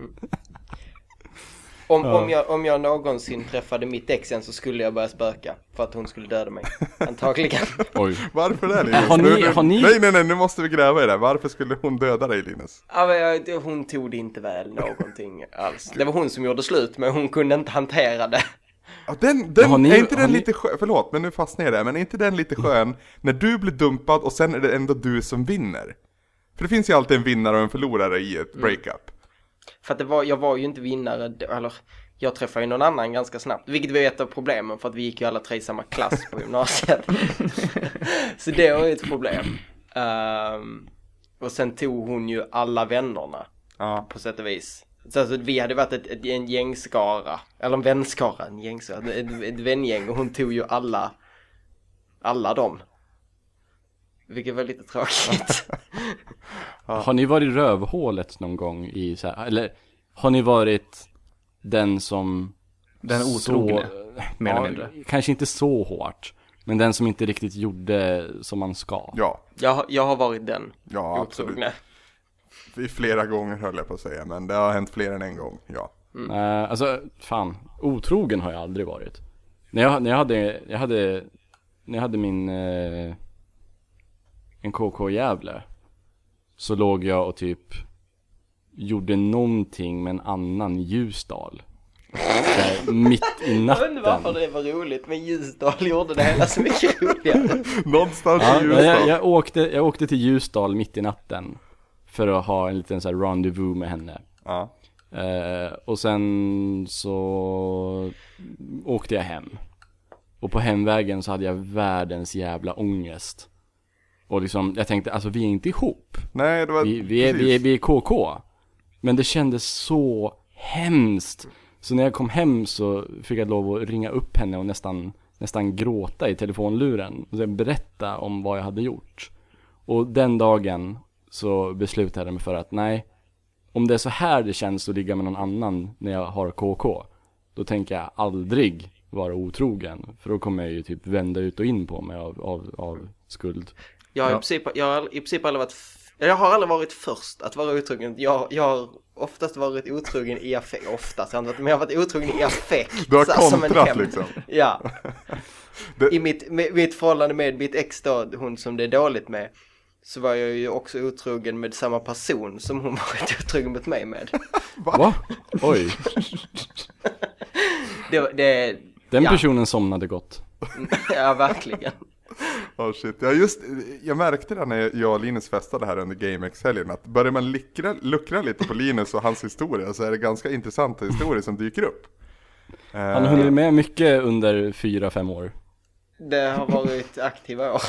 A: Om, ja. om, jag, om jag någonsin träffade mitt ex igen så skulle jag börja spöka för att hon skulle döda mig. Antagligen.
B: Oj. Varför det, Linus?
C: Har ni, har ni...
B: Nej, nej, nej, nu måste vi gräva i det. Varför skulle hon döda dig, Linus?
A: Ja, men, hon tog det inte väl någonting alls. Det var hon som gjorde slut, men hon kunde inte hantera det.
B: Ja, den, den,
C: ni,
B: är inte den
C: ni...
B: lite skön? Förlåt, men nu fastnar jag där. Men är inte den lite skön när du blir dumpad och sen är det ändå du som vinner? För det finns ju alltid en vinnare och en förlorare i ett breakup. Mm.
A: För att det var, jag var ju inte vinnare, eller jag träffade ju någon annan ganska snabbt. Vilket var ett av problemen, för att vi gick ju alla tre i samma klass på gymnasiet. Så det var ju ett problem. Um, och sen tog hon ju alla vännerna, ja. På sätt och vis. Så alltså, vi hade varit ett, ett, en gängskara, eller en vänskara, en gängskara, ett, ett vängäng, och hon tog ju alla, alla dem. Vilket var lite tråkigt.
C: Ja. Har ni varit rövhålet någon gång i så här, eller har ni varit den som
D: den otrogne, mer eller mindre?
C: Kanske inte så hårt, men den som inte riktigt gjorde som man ska.
B: Ja.
A: Jag, jag har varit den.
B: Ja, absolut. I flera gånger höll jag på att säga, men det har hänt fler än en gång, ja.
C: Mm. Uh, alltså, fan, otrogen har jag aldrig varit. När jag, när jag hade, jag hade, när jag hade min uh, en K K-jävla, så låg jag och typ gjorde någonting med en annan i Ljusdal. Där, mitt i natten.
A: Jag vet inte varför det var roligt, men Ljusdal gjorde det hela så mycket roligare.
B: Någonstans
C: ja,
B: i Ljusdal.
C: Jag, jag, åkte, jag åkte till Ljusdal mitt i natten för att ha en liten så här rendezvous med henne.
B: Ja.
C: Uh, och sen så åkte jag hem. Och på hemvägen så hade jag världens jävla ångest. Och liksom, jag tänkte, alltså vi är inte ihop.
B: Nej, det var
C: vi, vi, är, vi, är, vi är K K. Men det kändes så hemskt. Så när jag kom hem så fick jag lov att ringa upp henne och nästan, nästan gråta i telefonluren. Och berätta om vad jag hade gjort. Och den dagen så beslutade jag mig för att nej, om det är så här det känns att ligga med någon annan när jag har K K, då tänker jag aldrig vara otrogen. För då kommer jag ju typ vända ut och in på mig av, av, av skuld.
A: Jag har, ja. i, princip, jag har i princip aldrig varit jag har aldrig varit först att vara otrogen. Jag, jag har oftast varit otrogen i affekt. Oftast, men jag har varit otrogen i affekt.
B: Du har kontrat liksom.
A: Ja. det... I mitt, med, mitt förhållande med mitt ex då, hon som det är dåligt med, så var jag ju också otrogen med samma person som hon varit otrogen mot mig med.
C: Va? Va? Oj.
A: det, det,
C: Den
A: ja.
C: personen somnade gott.
A: Ja, verkligen.
B: Oh shit, ja just, jag märkte det när jag och Linus festade här under GameX-helgen, att börjar man luckra, luckra lite på Linus och hans historia, så är det ganska intressanta historier som dyker upp.
C: Han har hunnit med mycket under fyra, fem år.
A: Det har varit aktiva år.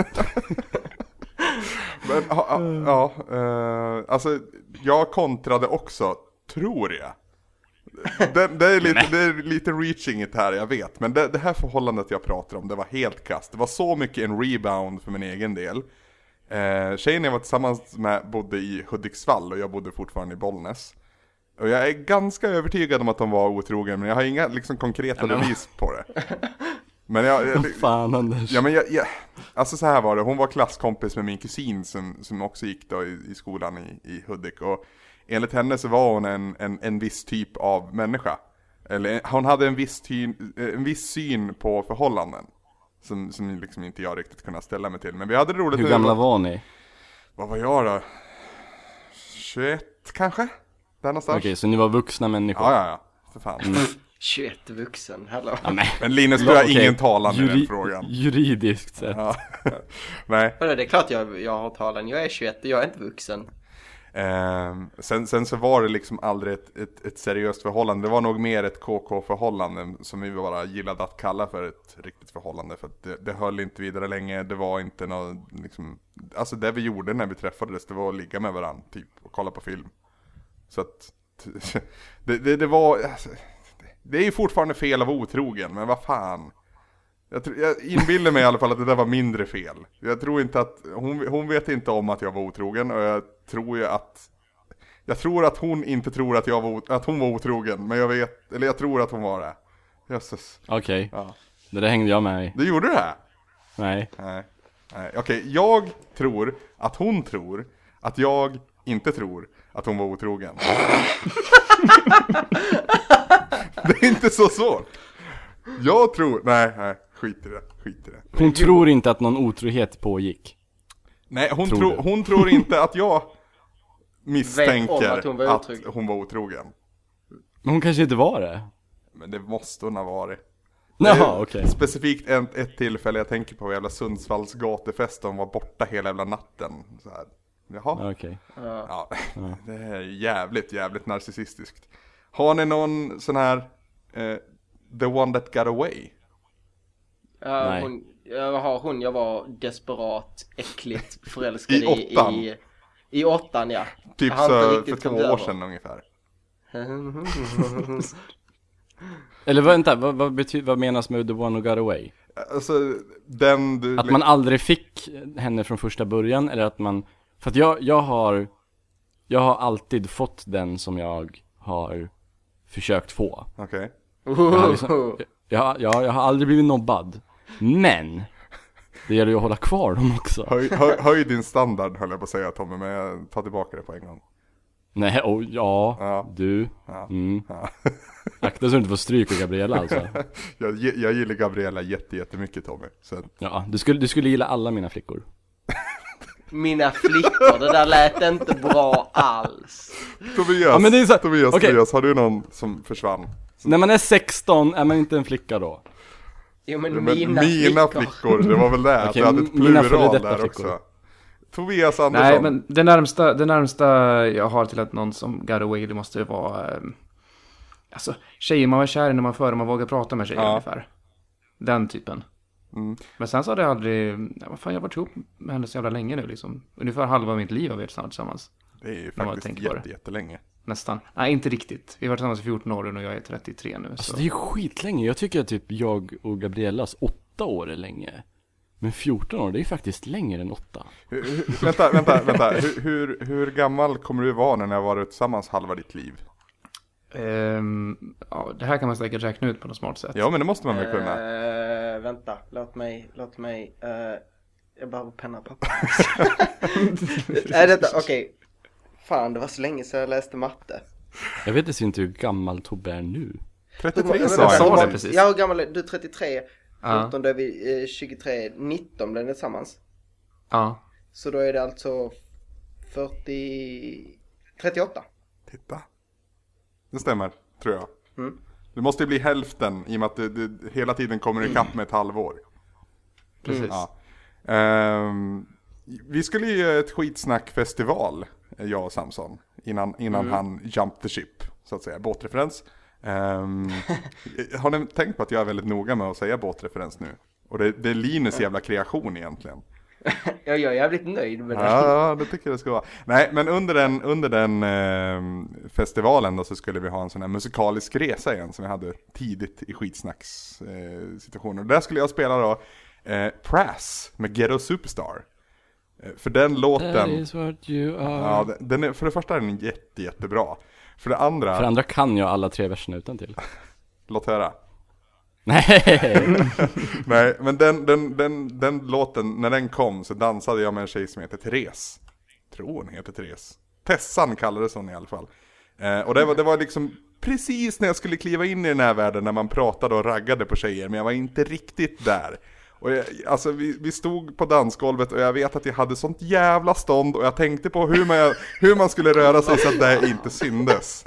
B: Men, ja, ja uh, alltså jag kontrade också, tror jag. Det, det, är lite, det är lite reaching it här, jag vet. Men det, det här förhållandet jag pratar om, det var helt kast. Det var så mycket en rebound för min egen del. eh, Tjejen jag var tillsammans med bodde i Hudiksvall och jag bodde fortfarande i Bollnäs. Och jag är ganska övertygad om att de var otrogen, men jag har inga liksom konkreta bevis på det. Men jag, jag,
C: fan, Anders.
B: Ja, men jag, jag, alltså så här var det, hon var klasskompis med min kusin som, som också gick då i, i skolan i, i Hudik. Och enligt henne så var hon en, en, en viss typ av människa. Eller hon hade en viss, ty, en viss syn på förhållanden. Som, som liksom inte jag riktigt kunde ställa mig till. Men vi hade det roligt.
C: Hur gamla var, var ni?
B: Vad var jag då? tjugoett kanske? Där någonstans.
C: Okej, så ni var vuxna människor?
B: Ja, ja, ja. För fan. Mm.
A: tjugoett vuxen, hallå.
C: Ja, men.
B: men Linus, du har okay. ingen talan Juri- i den frågan.
C: Juridiskt sett.
B: Ja. Nej.
A: Det är klart jag, jag har talan. Jag är tjugoett och jag är inte vuxen.
B: Eh, sen, sen så var det liksom aldrig ett, ett, ett seriöst förhållande. Det var nog mer ett K K-förhållande som vi bara gillade att kalla för ett riktigt förhållande. För att det, det höll inte vidare länge. Det var inte något liksom, alltså det vi gjorde när vi träffades, det var att ligga med varandra typ och kolla på film. Så att det, det, det var alltså, det är ju fortfarande fel av otrogen, men vad fan. Jag, tror, jag inbillar mig i alla fall att det där var mindre fel. Jag tror inte att hon, hon vet inte om att jag var otrogen, och jag tror ju att jag tror att hon inte tror att jag var att hon var otrogen, men jag vet, eller jag tror att hon var det. Jösses.
C: Okej. Okay.
B: Ja.
C: Det där hängde jag med i.
B: Du gjorde det här?
C: Nej.
B: Nej. Nej. Okej, okay. Jag tror att hon tror att jag inte tror att hon var otrogen. Det är inte så svårt. Jag tror, nej, nej, skit i det, skit i det.
C: Hon tror inte att någon otrohet pågick.
B: Nej, hon tror, tro, hon tror inte att jag misstänker
A: att hon,
B: att hon var otrogen.
C: Men hon kanske inte var det.
B: Men det måste hon ha varit.
C: Jaha, okej. Okay.
B: Specifikt ett, ett tillfälle jag tänker på, jävla Sundsvalls gatufest, de var borta hela jävla natten. Så här. Jaha.
C: Okej.
B: Okay. Ja, ja, det är jävligt, jävligt narcissistiskt. Har ni någon sån här eh, The One That Got Away?
A: Ja, uh, hon, jag har hon, jag var desperat, äckligt förälskad
B: i åttan.
A: I, i, i åttan, ja.
B: Typ så för två år sedan ungefär.
C: Eller vänta, vad, vad, betyder, vad menas med The One Who Got Away?
B: Alltså, den du...
C: Att man aldrig fick henne från första början, eller att man... För att jag, jag har jag har alltid fått den som jag har försökt få.
B: Okej.
C: Okay. Jag, liksom, jag, jag, jag har aldrig blivit nobbad. Men det gäller ju att hålla kvar dem också.
B: Höj, höj, höj din standard, höll jag på att säga, Tommy, men jag tar tillbaka det på en gång.
C: Nej, oh, ja,
B: ja,
C: du.
B: Ja.
C: Mm.
B: Ja.
C: Akta så du inte får stryk av Gabriella alltså.
B: jag, jag gillar Gabriella jätte, jättemycket, Tommy. Så.
C: Ja, du skulle, du skulle gilla alla mina flickor.
A: Mina flickor, det där lät inte bra alls.
B: Tobias, ja, men det är så... Tobias,
C: okay.
B: Tobias, har du någon som försvann?
C: Så... När man är sexton är man inte en flicka då?
A: Jo, men,
B: men
A: mina,
B: mina
A: flickor.
B: flickor, det var väl det. Okay, du hade ett plural där flickor. Också. Tobias Andersson.
D: Nej, men det närmsta, det närmsta jag har till att någon som got away, det måste vara... Eh, alltså, tjejer man var kär när man före man vågar prata med tjejer ja. Ungefär. Den typen.
B: Mm. Men
D: sen så hade jag aldrig, vad fan, jag har varit ihop med henne så jävla länge nu liksom. Ungefär halva mitt liv har vi varit snart tillsammans.
B: Det är ju faktiskt jätte, jättelänge.
D: Nästan. Nej, inte riktigt. Vi har varit tillsammans i fjorton år och jag är trettiotre nu.
C: Alltså
D: så.
C: det är ju skitlänge. Jag tycker att typ jag och Gabriellas åtta år är länge. Men fjorton år, det är ju faktiskt längre än åtta.
B: Hur, hur, vänta, vänta, vänta. Hur, hur, hur gammal kommer du vara när ni har varit tillsammans halva ditt liv?
D: Um, ja, det här kan man säkert räkna ut på något smart sätt.
B: Ja, men det måste man väl kunna.
A: Uh, vänta, låt mig, låt mig. Uh, jag behöver penna och papper. Är detta, okej. Okay. Fan, det var så länge sedan jag läste matte.
C: Jag vet inte hur gammal Tobbe är nu.
B: trettiotre sa jag.
A: jag precis. Ja, hur gammal är du? trettiotre. fjorton, då är vi eh, tjugotre. nitton blev det tillsammans.
D: Ja.
A: Så då är det alltså fyrtio... trettioåtta.
B: Titta. Det stämmer, tror jag.
A: Mm.
B: Det måste ju bli hälften i och med att det, det hela tiden kommer i kapp med ett halvår.
D: Precis.
B: Ja. Um, vi skulle ju göra ett skitsnackfestival, jag och Samson, innan, innan mm. han jumped the ship, så att säga. Båtreferens. Um, har ni tänkt på att jag är väldigt noga med att säga båtreferens nu? Och det, det är Linus jävla kreation egentligen.
A: Ja, jag är jävligt nöjd med det.
B: Ja, det tycker jag det ska vara. Nej, men under den, under den eh, festivalen då, så skulle vi ha en sån här musikalisk resa igen som vi hade tidigt i skitsnacks eh, situationer. Och där skulle jag spela då eh, Prass med Ghetto Superstar. Eh, för den låten...
C: That is what you are.
B: Ja, den, den är, för det första är den jätte, jättebra. För det andra...
C: För det andra kan jag alla tre verserna utan till.
B: Låt höra.
C: Nej.
B: Nej, men den, den, den, den låten, när den kom så dansade jag med en tjej som heter Therese. Tror hon heter Therese. Tessan kallades hon i alla fall. Eh, och det var, det var liksom precis när jag skulle kliva in i den här världen när man pratade och raggade på tjejer. Men jag var inte riktigt där. Och jag, alltså vi, vi stod på dansgolvet och jag vet att jag hade sånt jävla stånd. Och jag tänkte på hur man, hur man skulle röra sig så att det inte syndes.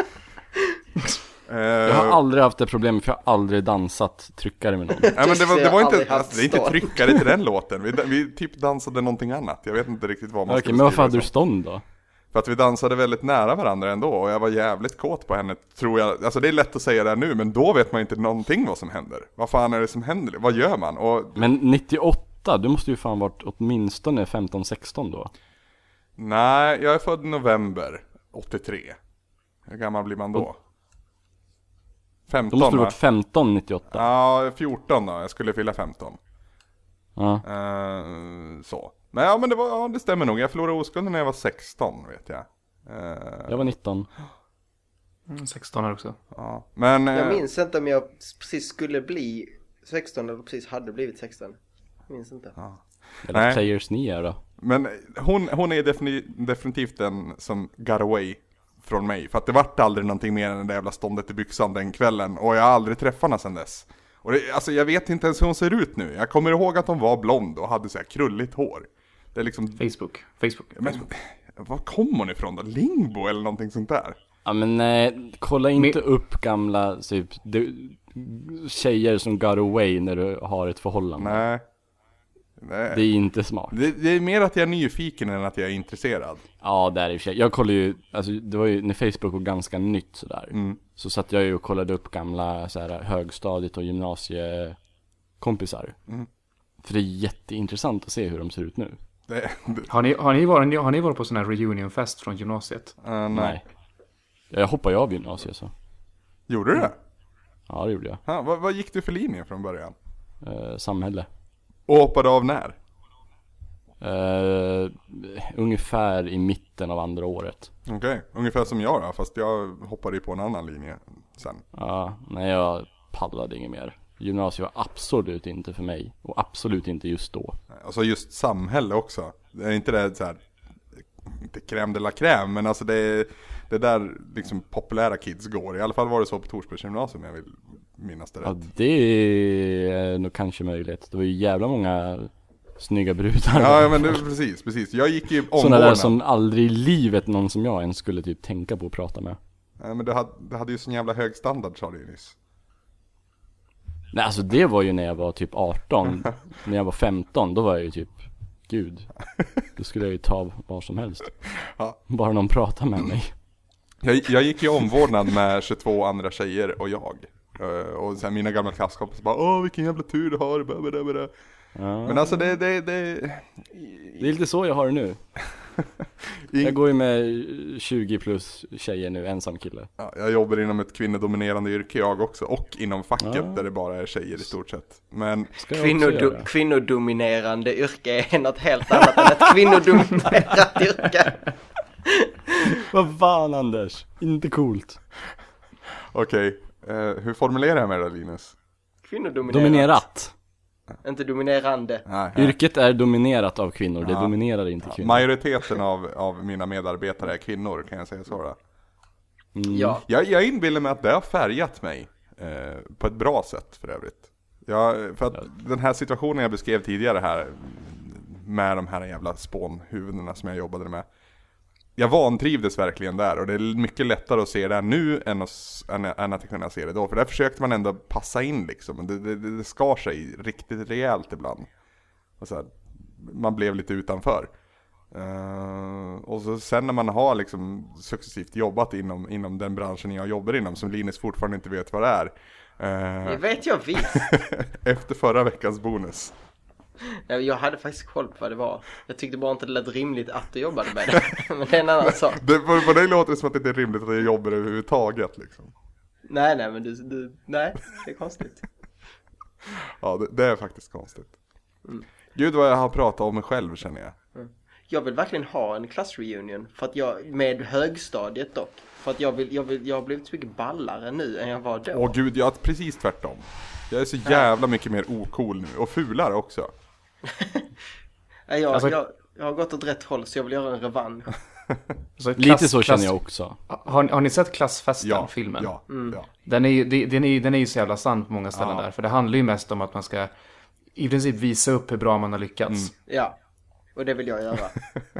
C: Jag har aldrig haft det problemet för jag har aldrig dansat tryckare med någon.
B: Nej, men det var, det var inte, alltså, det är inte tryckare till den låten. Vi, vi typ dansade någonting annat. Jag vet inte riktigt vad man
C: Okej,
B: skulle
C: men varför hade
B: så.
C: du stånd då?
B: För För att vi dansade väldigt nära varandra ändå. Och jag var jävligt kåt på henne, tror jag. Alltså det är lätt att säga det här nu, men då vet man inte någonting vad som händer. Vad fan är det som händer? Vad gör man? Och...
C: Men nittioåtta, du måste ju fan varit åtminstone femton sexton då.
B: Nej, jag är född i november åttiotre. Hur gammal blir man då? femton,
C: Då måste du
B: va?
C: varit femton nittioåtta.
B: Ja, fjorton då. Jag skulle fylla femton.
C: Ja.
B: Uh, så. Men ja, men det, var, ja, det stämmer nog. Jag förlorade oskulden när jag var sexton, vet jag. Uh,
C: Jag var nitton.
D: Mm, sexton här också.
B: Ja. Men,
A: Jag
B: uh,
A: minns inte om jag precis skulle bli sexton eller precis hade blivit sexton. Jag minns inte.
B: Ja.
C: Eller
B: Nej.
C: players ni är då.
B: Men hon, hon är defini- definitivt den som got away från mig. För att det vart aldrig någonting mer än det jävla ståndet i byxan den kvällen. Och jag har aldrig träffat henne sedan dess. Och det, alltså jag vet inte ens hur hon ser ut nu. Jag kommer ihåg att hon var blond och hade så här krulligt hår. Det är liksom...
D: Facebook. Facebook.
B: Men var kom hon ifrån då? Lingbo eller någonting sånt där?
C: Ja men nej, kolla inte upp gamla typ du, tjejer som got away när du har ett förhållande.
B: Nej. Nej.
C: Det är inte smart.
B: Det, det är mer att jag är nyfiken än att jag är intresserad.
C: Ja, det är i och för sig. Jag kollade ju, alltså det var ju när Facebook var ganska nytt sådär.
B: Mm.
C: Så satt jag ju och kollade upp gamla så här, högstadiet och gymnasiekompisar.
B: Mm.
C: För det är jätteintressant att se hur de ser ut nu.
B: Det, det,
D: Har ni, har, ni varit, har ni varit på sån här reunionfest från gymnasiet?
B: uh, nej.
C: Nej. Jag hoppade ju av gymnasiet så.
B: Gjorde du det?
C: Ja, det gjorde jag.
B: Ha, vad, vad gick du för linje från början?
C: Eh, samhälle.
B: Och hoppade av när?
C: Eh, ungefär i mitten av andra året.
B: Okej, okay. Ungefär som jag då, fast jag hoppade ju på en annan linje sen.
C: Ja, nej jag pallade inget mer. Gymnasiet var absolut inte för mig. Och absolut inte just då.
B: Alltså just samhälle också. Det är inte det så här, inte crème de la crème, men alltså det är det där liksom populära kids går. I alla fall var det så på Torsbergs gymnasium, jag vill minnas det
C: Ja,
B: rätt.
C: det är nog kanske möjligt. Det var ju jävla många snygga brudar.
B: Ja, men det, precis, precis. Jag gick ju
C: sådana
B: omvårdnad.
C: där som aldrig i livet någon som jag ens skulle typ tänka på att prata med.
B: Ja, men det hade, det hade ju sån jävla hög standard, sa du ju nyss.
C: Nej, alltså det var ju när jag var typ arton. När jag var femton, då var jag ju typ gud. Då skulle jag ju ta vad som helst.
B: Ja.
C: Bara någon pratar med mig.
B: Jag, jag gick ju omvårdnad med tjugotvå andra tjejer och jag. Uh, och sen mina gamla klasskompisar bara, åh vilken jävla tur du har. Blah, blah, blah.
C: Ja.
B: Men alltså det, det, det...
C: Det är lite så jag har det nu. Jag går ju med tjugo plus tjejer nu, ensam kille.
B: Ja, jag jobbar inom ett kvinnodominerande yrke jag också. Och inom facket
C: Ja.
B: där det bara är tjejer i stort sett. Men
C: Ska jag också
A: Kvinnodo-
C: göra.
A: kvinnodominerande yrke är något helt annat än ett kvinnodominerat yrke.
C: Vad fan Anders? Inte coolt.
B: okej, okay. uh, hur formulerar jag mig då, Linus?
A: Kvinnodominerat.
C: Dominerat.
A: Inte dominerande.
B: Nej, nej.
C: Yrket är dominerat av kvinnor, det
B: Ja.
C: dominerar inte kvinnor.
B: Majoriteten av, av mina medarbetare är kvinnor, kan jag säga så då?
C: Mm.
A: Ja.
B: Jag, jag inbillar mig att det har färgat mig eh, på ett bra sätt för övrigt. Jag, för att
C: Ja.
B: den här situationen jag beskrev tidigare här med de här jävla spånhuvudena som jag jobbade med. Jag vantrivdes verkligen där, och det är mycket lättare att se det nu än att, än, än att kunna se det då. För där försökte man ändå passa in liksom. Det, det, det skar sig riktigt rejält ibland. Och så här, man blev lite utanför. Uh, och så sen när man har liksom successivt jobbat inom, inom den branschen jag jobbar inom, som Linus fortfarande inte vet vad det är. Uh,
A: Det vet jag visst.
B: efter förra veckans bonus.
A: Nej, jag hade faktiskt koll på vad det var. Jag tyckte bara inte det lät rimligt att du jobbade med det. Men det är en annan sak.
B: Det, på, på dig låter det som att det inte är rimligt att jag jobbar överhuvudtaget liksom.
A: Nej, nej, men du, du nej, det är konstigt.
B: Ja, det, det är faktiskt konstigt.
A: Mm.
B: Gud vad jag har pratat om mig själv, känner jag.
A: Jag vill verkligen ha en klassreunion för att jag, med högstadiet dock. För att jag vill, jag vill, jag har blivit så mycket ballare nu än jag var då.
B: Åh gud, jag är precis tvärtom. Jag är så jävla mycket mer ocool nu, och fulare också.
A: Nej, jag,
D: Alltså-
A: jag, jag har gått åt rätt håll så jag vill göra en revansch.
D: Så
C: Lite
D: klass-
C: så
D: klass-
C: känner jag också.
D: Har, har ni sett Klassfesten,
B: Ja,
D: filmen?
B: ja, ja.
D: Den är, ju- det- den, är, den är ju så jävla sann på många ställen
B: Ja.
D: där. För det handlar ju mest om att man ska i princip visa upp hur bra man har lyckats.
A: Ja, och det vill jag göra.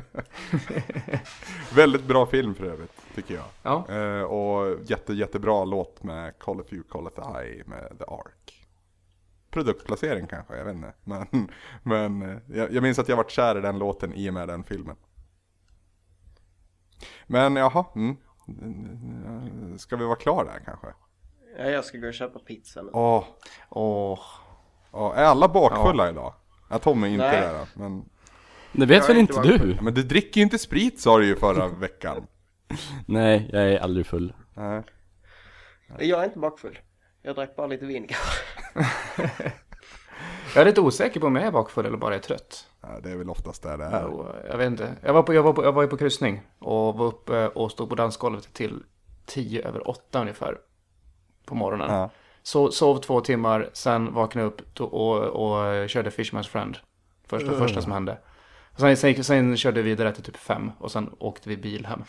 B: Väldigt bra film för övrigt, tycker jag.
D: Ja.
B: Eh, och jätte, jättebra låt med Call If You Call It I med The Ark. Produktplacering kanske, jag vet inte. Men, men eh, jag, jag minns att jag varit kär i den låten i och med den filmen. Men jaha, mm. Ska vi vara klara där kanske?
A: Ja, jag ska gå och köpa pizza nu.
B: Åh,
D: Åh.
B: åh, är alla bakfulla ja. idag? Ja, Tom är inte
A: Nej.
B: där, men...
C: Det vet
A: Jag
C: väl
A: är
C: inte
A: inte
C: du?
A: bakfull.
B: Ja, men du dricker ju inte sprit, sa du ju förra veckan.
C: Nej, jag är aldrig full.
B: Nej.
A: Jag är inte bakfull. Jag drack bara lite vin igår.
D: Jag är lite osäker på om jag är bakfull eller bara är trött.
B: Ja, det är väl oftast där det är.
D: Och, jag vet inte. Jag var, på, jag, var på, jag var ju på kryssning och var uppe och stod på dansgolvet till tio över åtta ungefär på morgonen.
B: Ja.
D: Så, sov två timmar, sen vaknade upp och, och, och körde Fisherman's Friend. Första,
B: Uh.
D: första som hände. Och sen, sen, sen körde vi vidare till typ fem och sen åkte vi bil hem.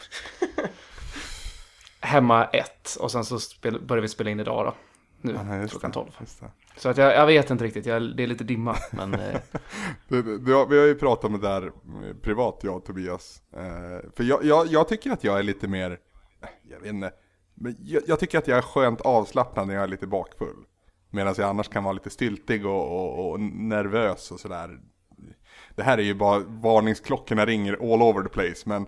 D: Hemma ett och sen så spel, började vi spela in idag då. Nu,
B: Ja, just
D: klockan
B: det,
D: tolv.
B: just det.
D: Så att jag, jag vet inte riktigt, jag, det är lite dimma. Men eh,
B: Du, du, du, vi har ju pratat om det där eh, privat, jag och Tobias. Eh, för jag, jag, jag tycker att jag är lite mer, eh, jag vet inte, men jag, jag tycker att jag är skönt avslappnad när jag är lite bakfull. Medan jag annars kan vara lite styltig och, och, och nervös och sådär. Det här är ju bara, varningsklockorna ringer all over the place. Men,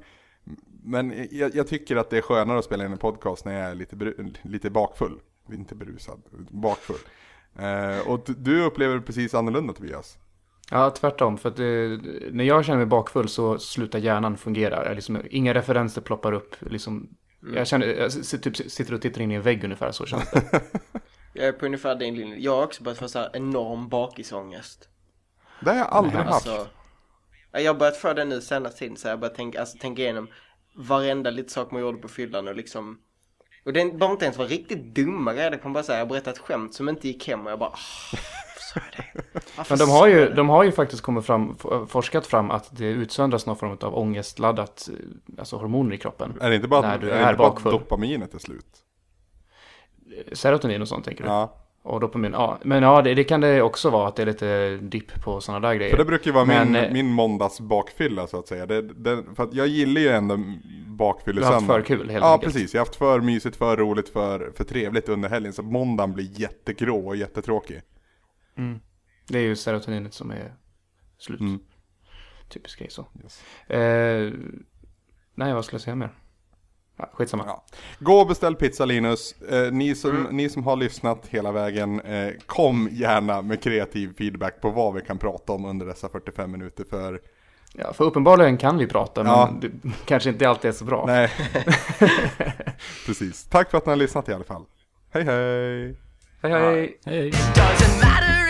B: men jag, jag tycker att det är skönare att spela in en podcast när jag är lite, bru, lite bakfull. Inte berusad, bakfull. Eh, och du upplever det precis annorlunda, Tobias.
D: ja, tvärtom. För att det, när jag känner mig bakfull så slutar hjärnan fungera. Liksom, inga referenser ploppar upp. Liksom,
A: Mm.
D: jag, känner, jag s- typ sitter och tittar in i en vägg ungefär, så känns det.
A: Jag är på ungefär din linje. Jag har också börjat få så här enorm bakisångest.
B: Det har jag aldrig
D: Nej,
B: haft.
A: Alltså, ja, jag har börjat få det nu senaste tiden. Så jag har börjat tänka, alltså, tänka igenom varenda lite sak man gjorde på fyllan och liksom... Och det behöver inte ens vara riktigt dumma grejer. Det kan bara säga, jag berättade ett skämt som inte gick hem och jag bara... Oh, varför sa jag det? Varför
D: Men de
A: sa
D: har,
A: jag
D: ju,
A: det?
D: de har ju faktiskt kommit fram, f- forskat fram att det utsöndras någon form av ångestladdat, alltså hormoner i kroppen.
B: Är det inte bara,
D: När du
B: är
D: är
B: det inte bara
D: bakfull.
B: dopaminet är slut?
D: Serotonin och sånt, tänker du?
B: Ja.
D: Och dopamin, ja. Men ja, det, det kan det också vara att det är lite dipp på sådana där grejer.
B: För det brukar ju vara
D: Men,
B: min,
D: eh,
B: min måndags bakfylla så att säga. Det, det, för att jag gillar ju ändå bakfylla
D: Du har haft för kul, helt
B: Ja,
D: enkelt.
B: precis. Jag har haft för mysigt, för roligt, för, för trevligt under helgen. Så måndagen blir jättegrå och jättetråkig.
D: Mm. Det är ju serotoninet som är slut.
B: Mm.
D: Typisk grej så.
B: Yes.
D: Eh, nej, vad skulle jag säga mer? Ja, skitsamma.
B: Ja. Gå och beställ pizza, Linus. Eh, ni, som,
A: Mm.
B: ni som har lyssnat hela vägen, eh, kom gärna med kreativ feedback på vad vi kan prata om under dessa fyrtiofem minuter. För
D: Ja, för uppenbarligen kan vi prata,
B: Ja.
D: men det kanske inte alltid är så bra.
B: nej, precis. Tack för att ni har lyssnat i alla fall. Hej hej!
D: Hej, hej.
C: Hej.
E: Doesn't matter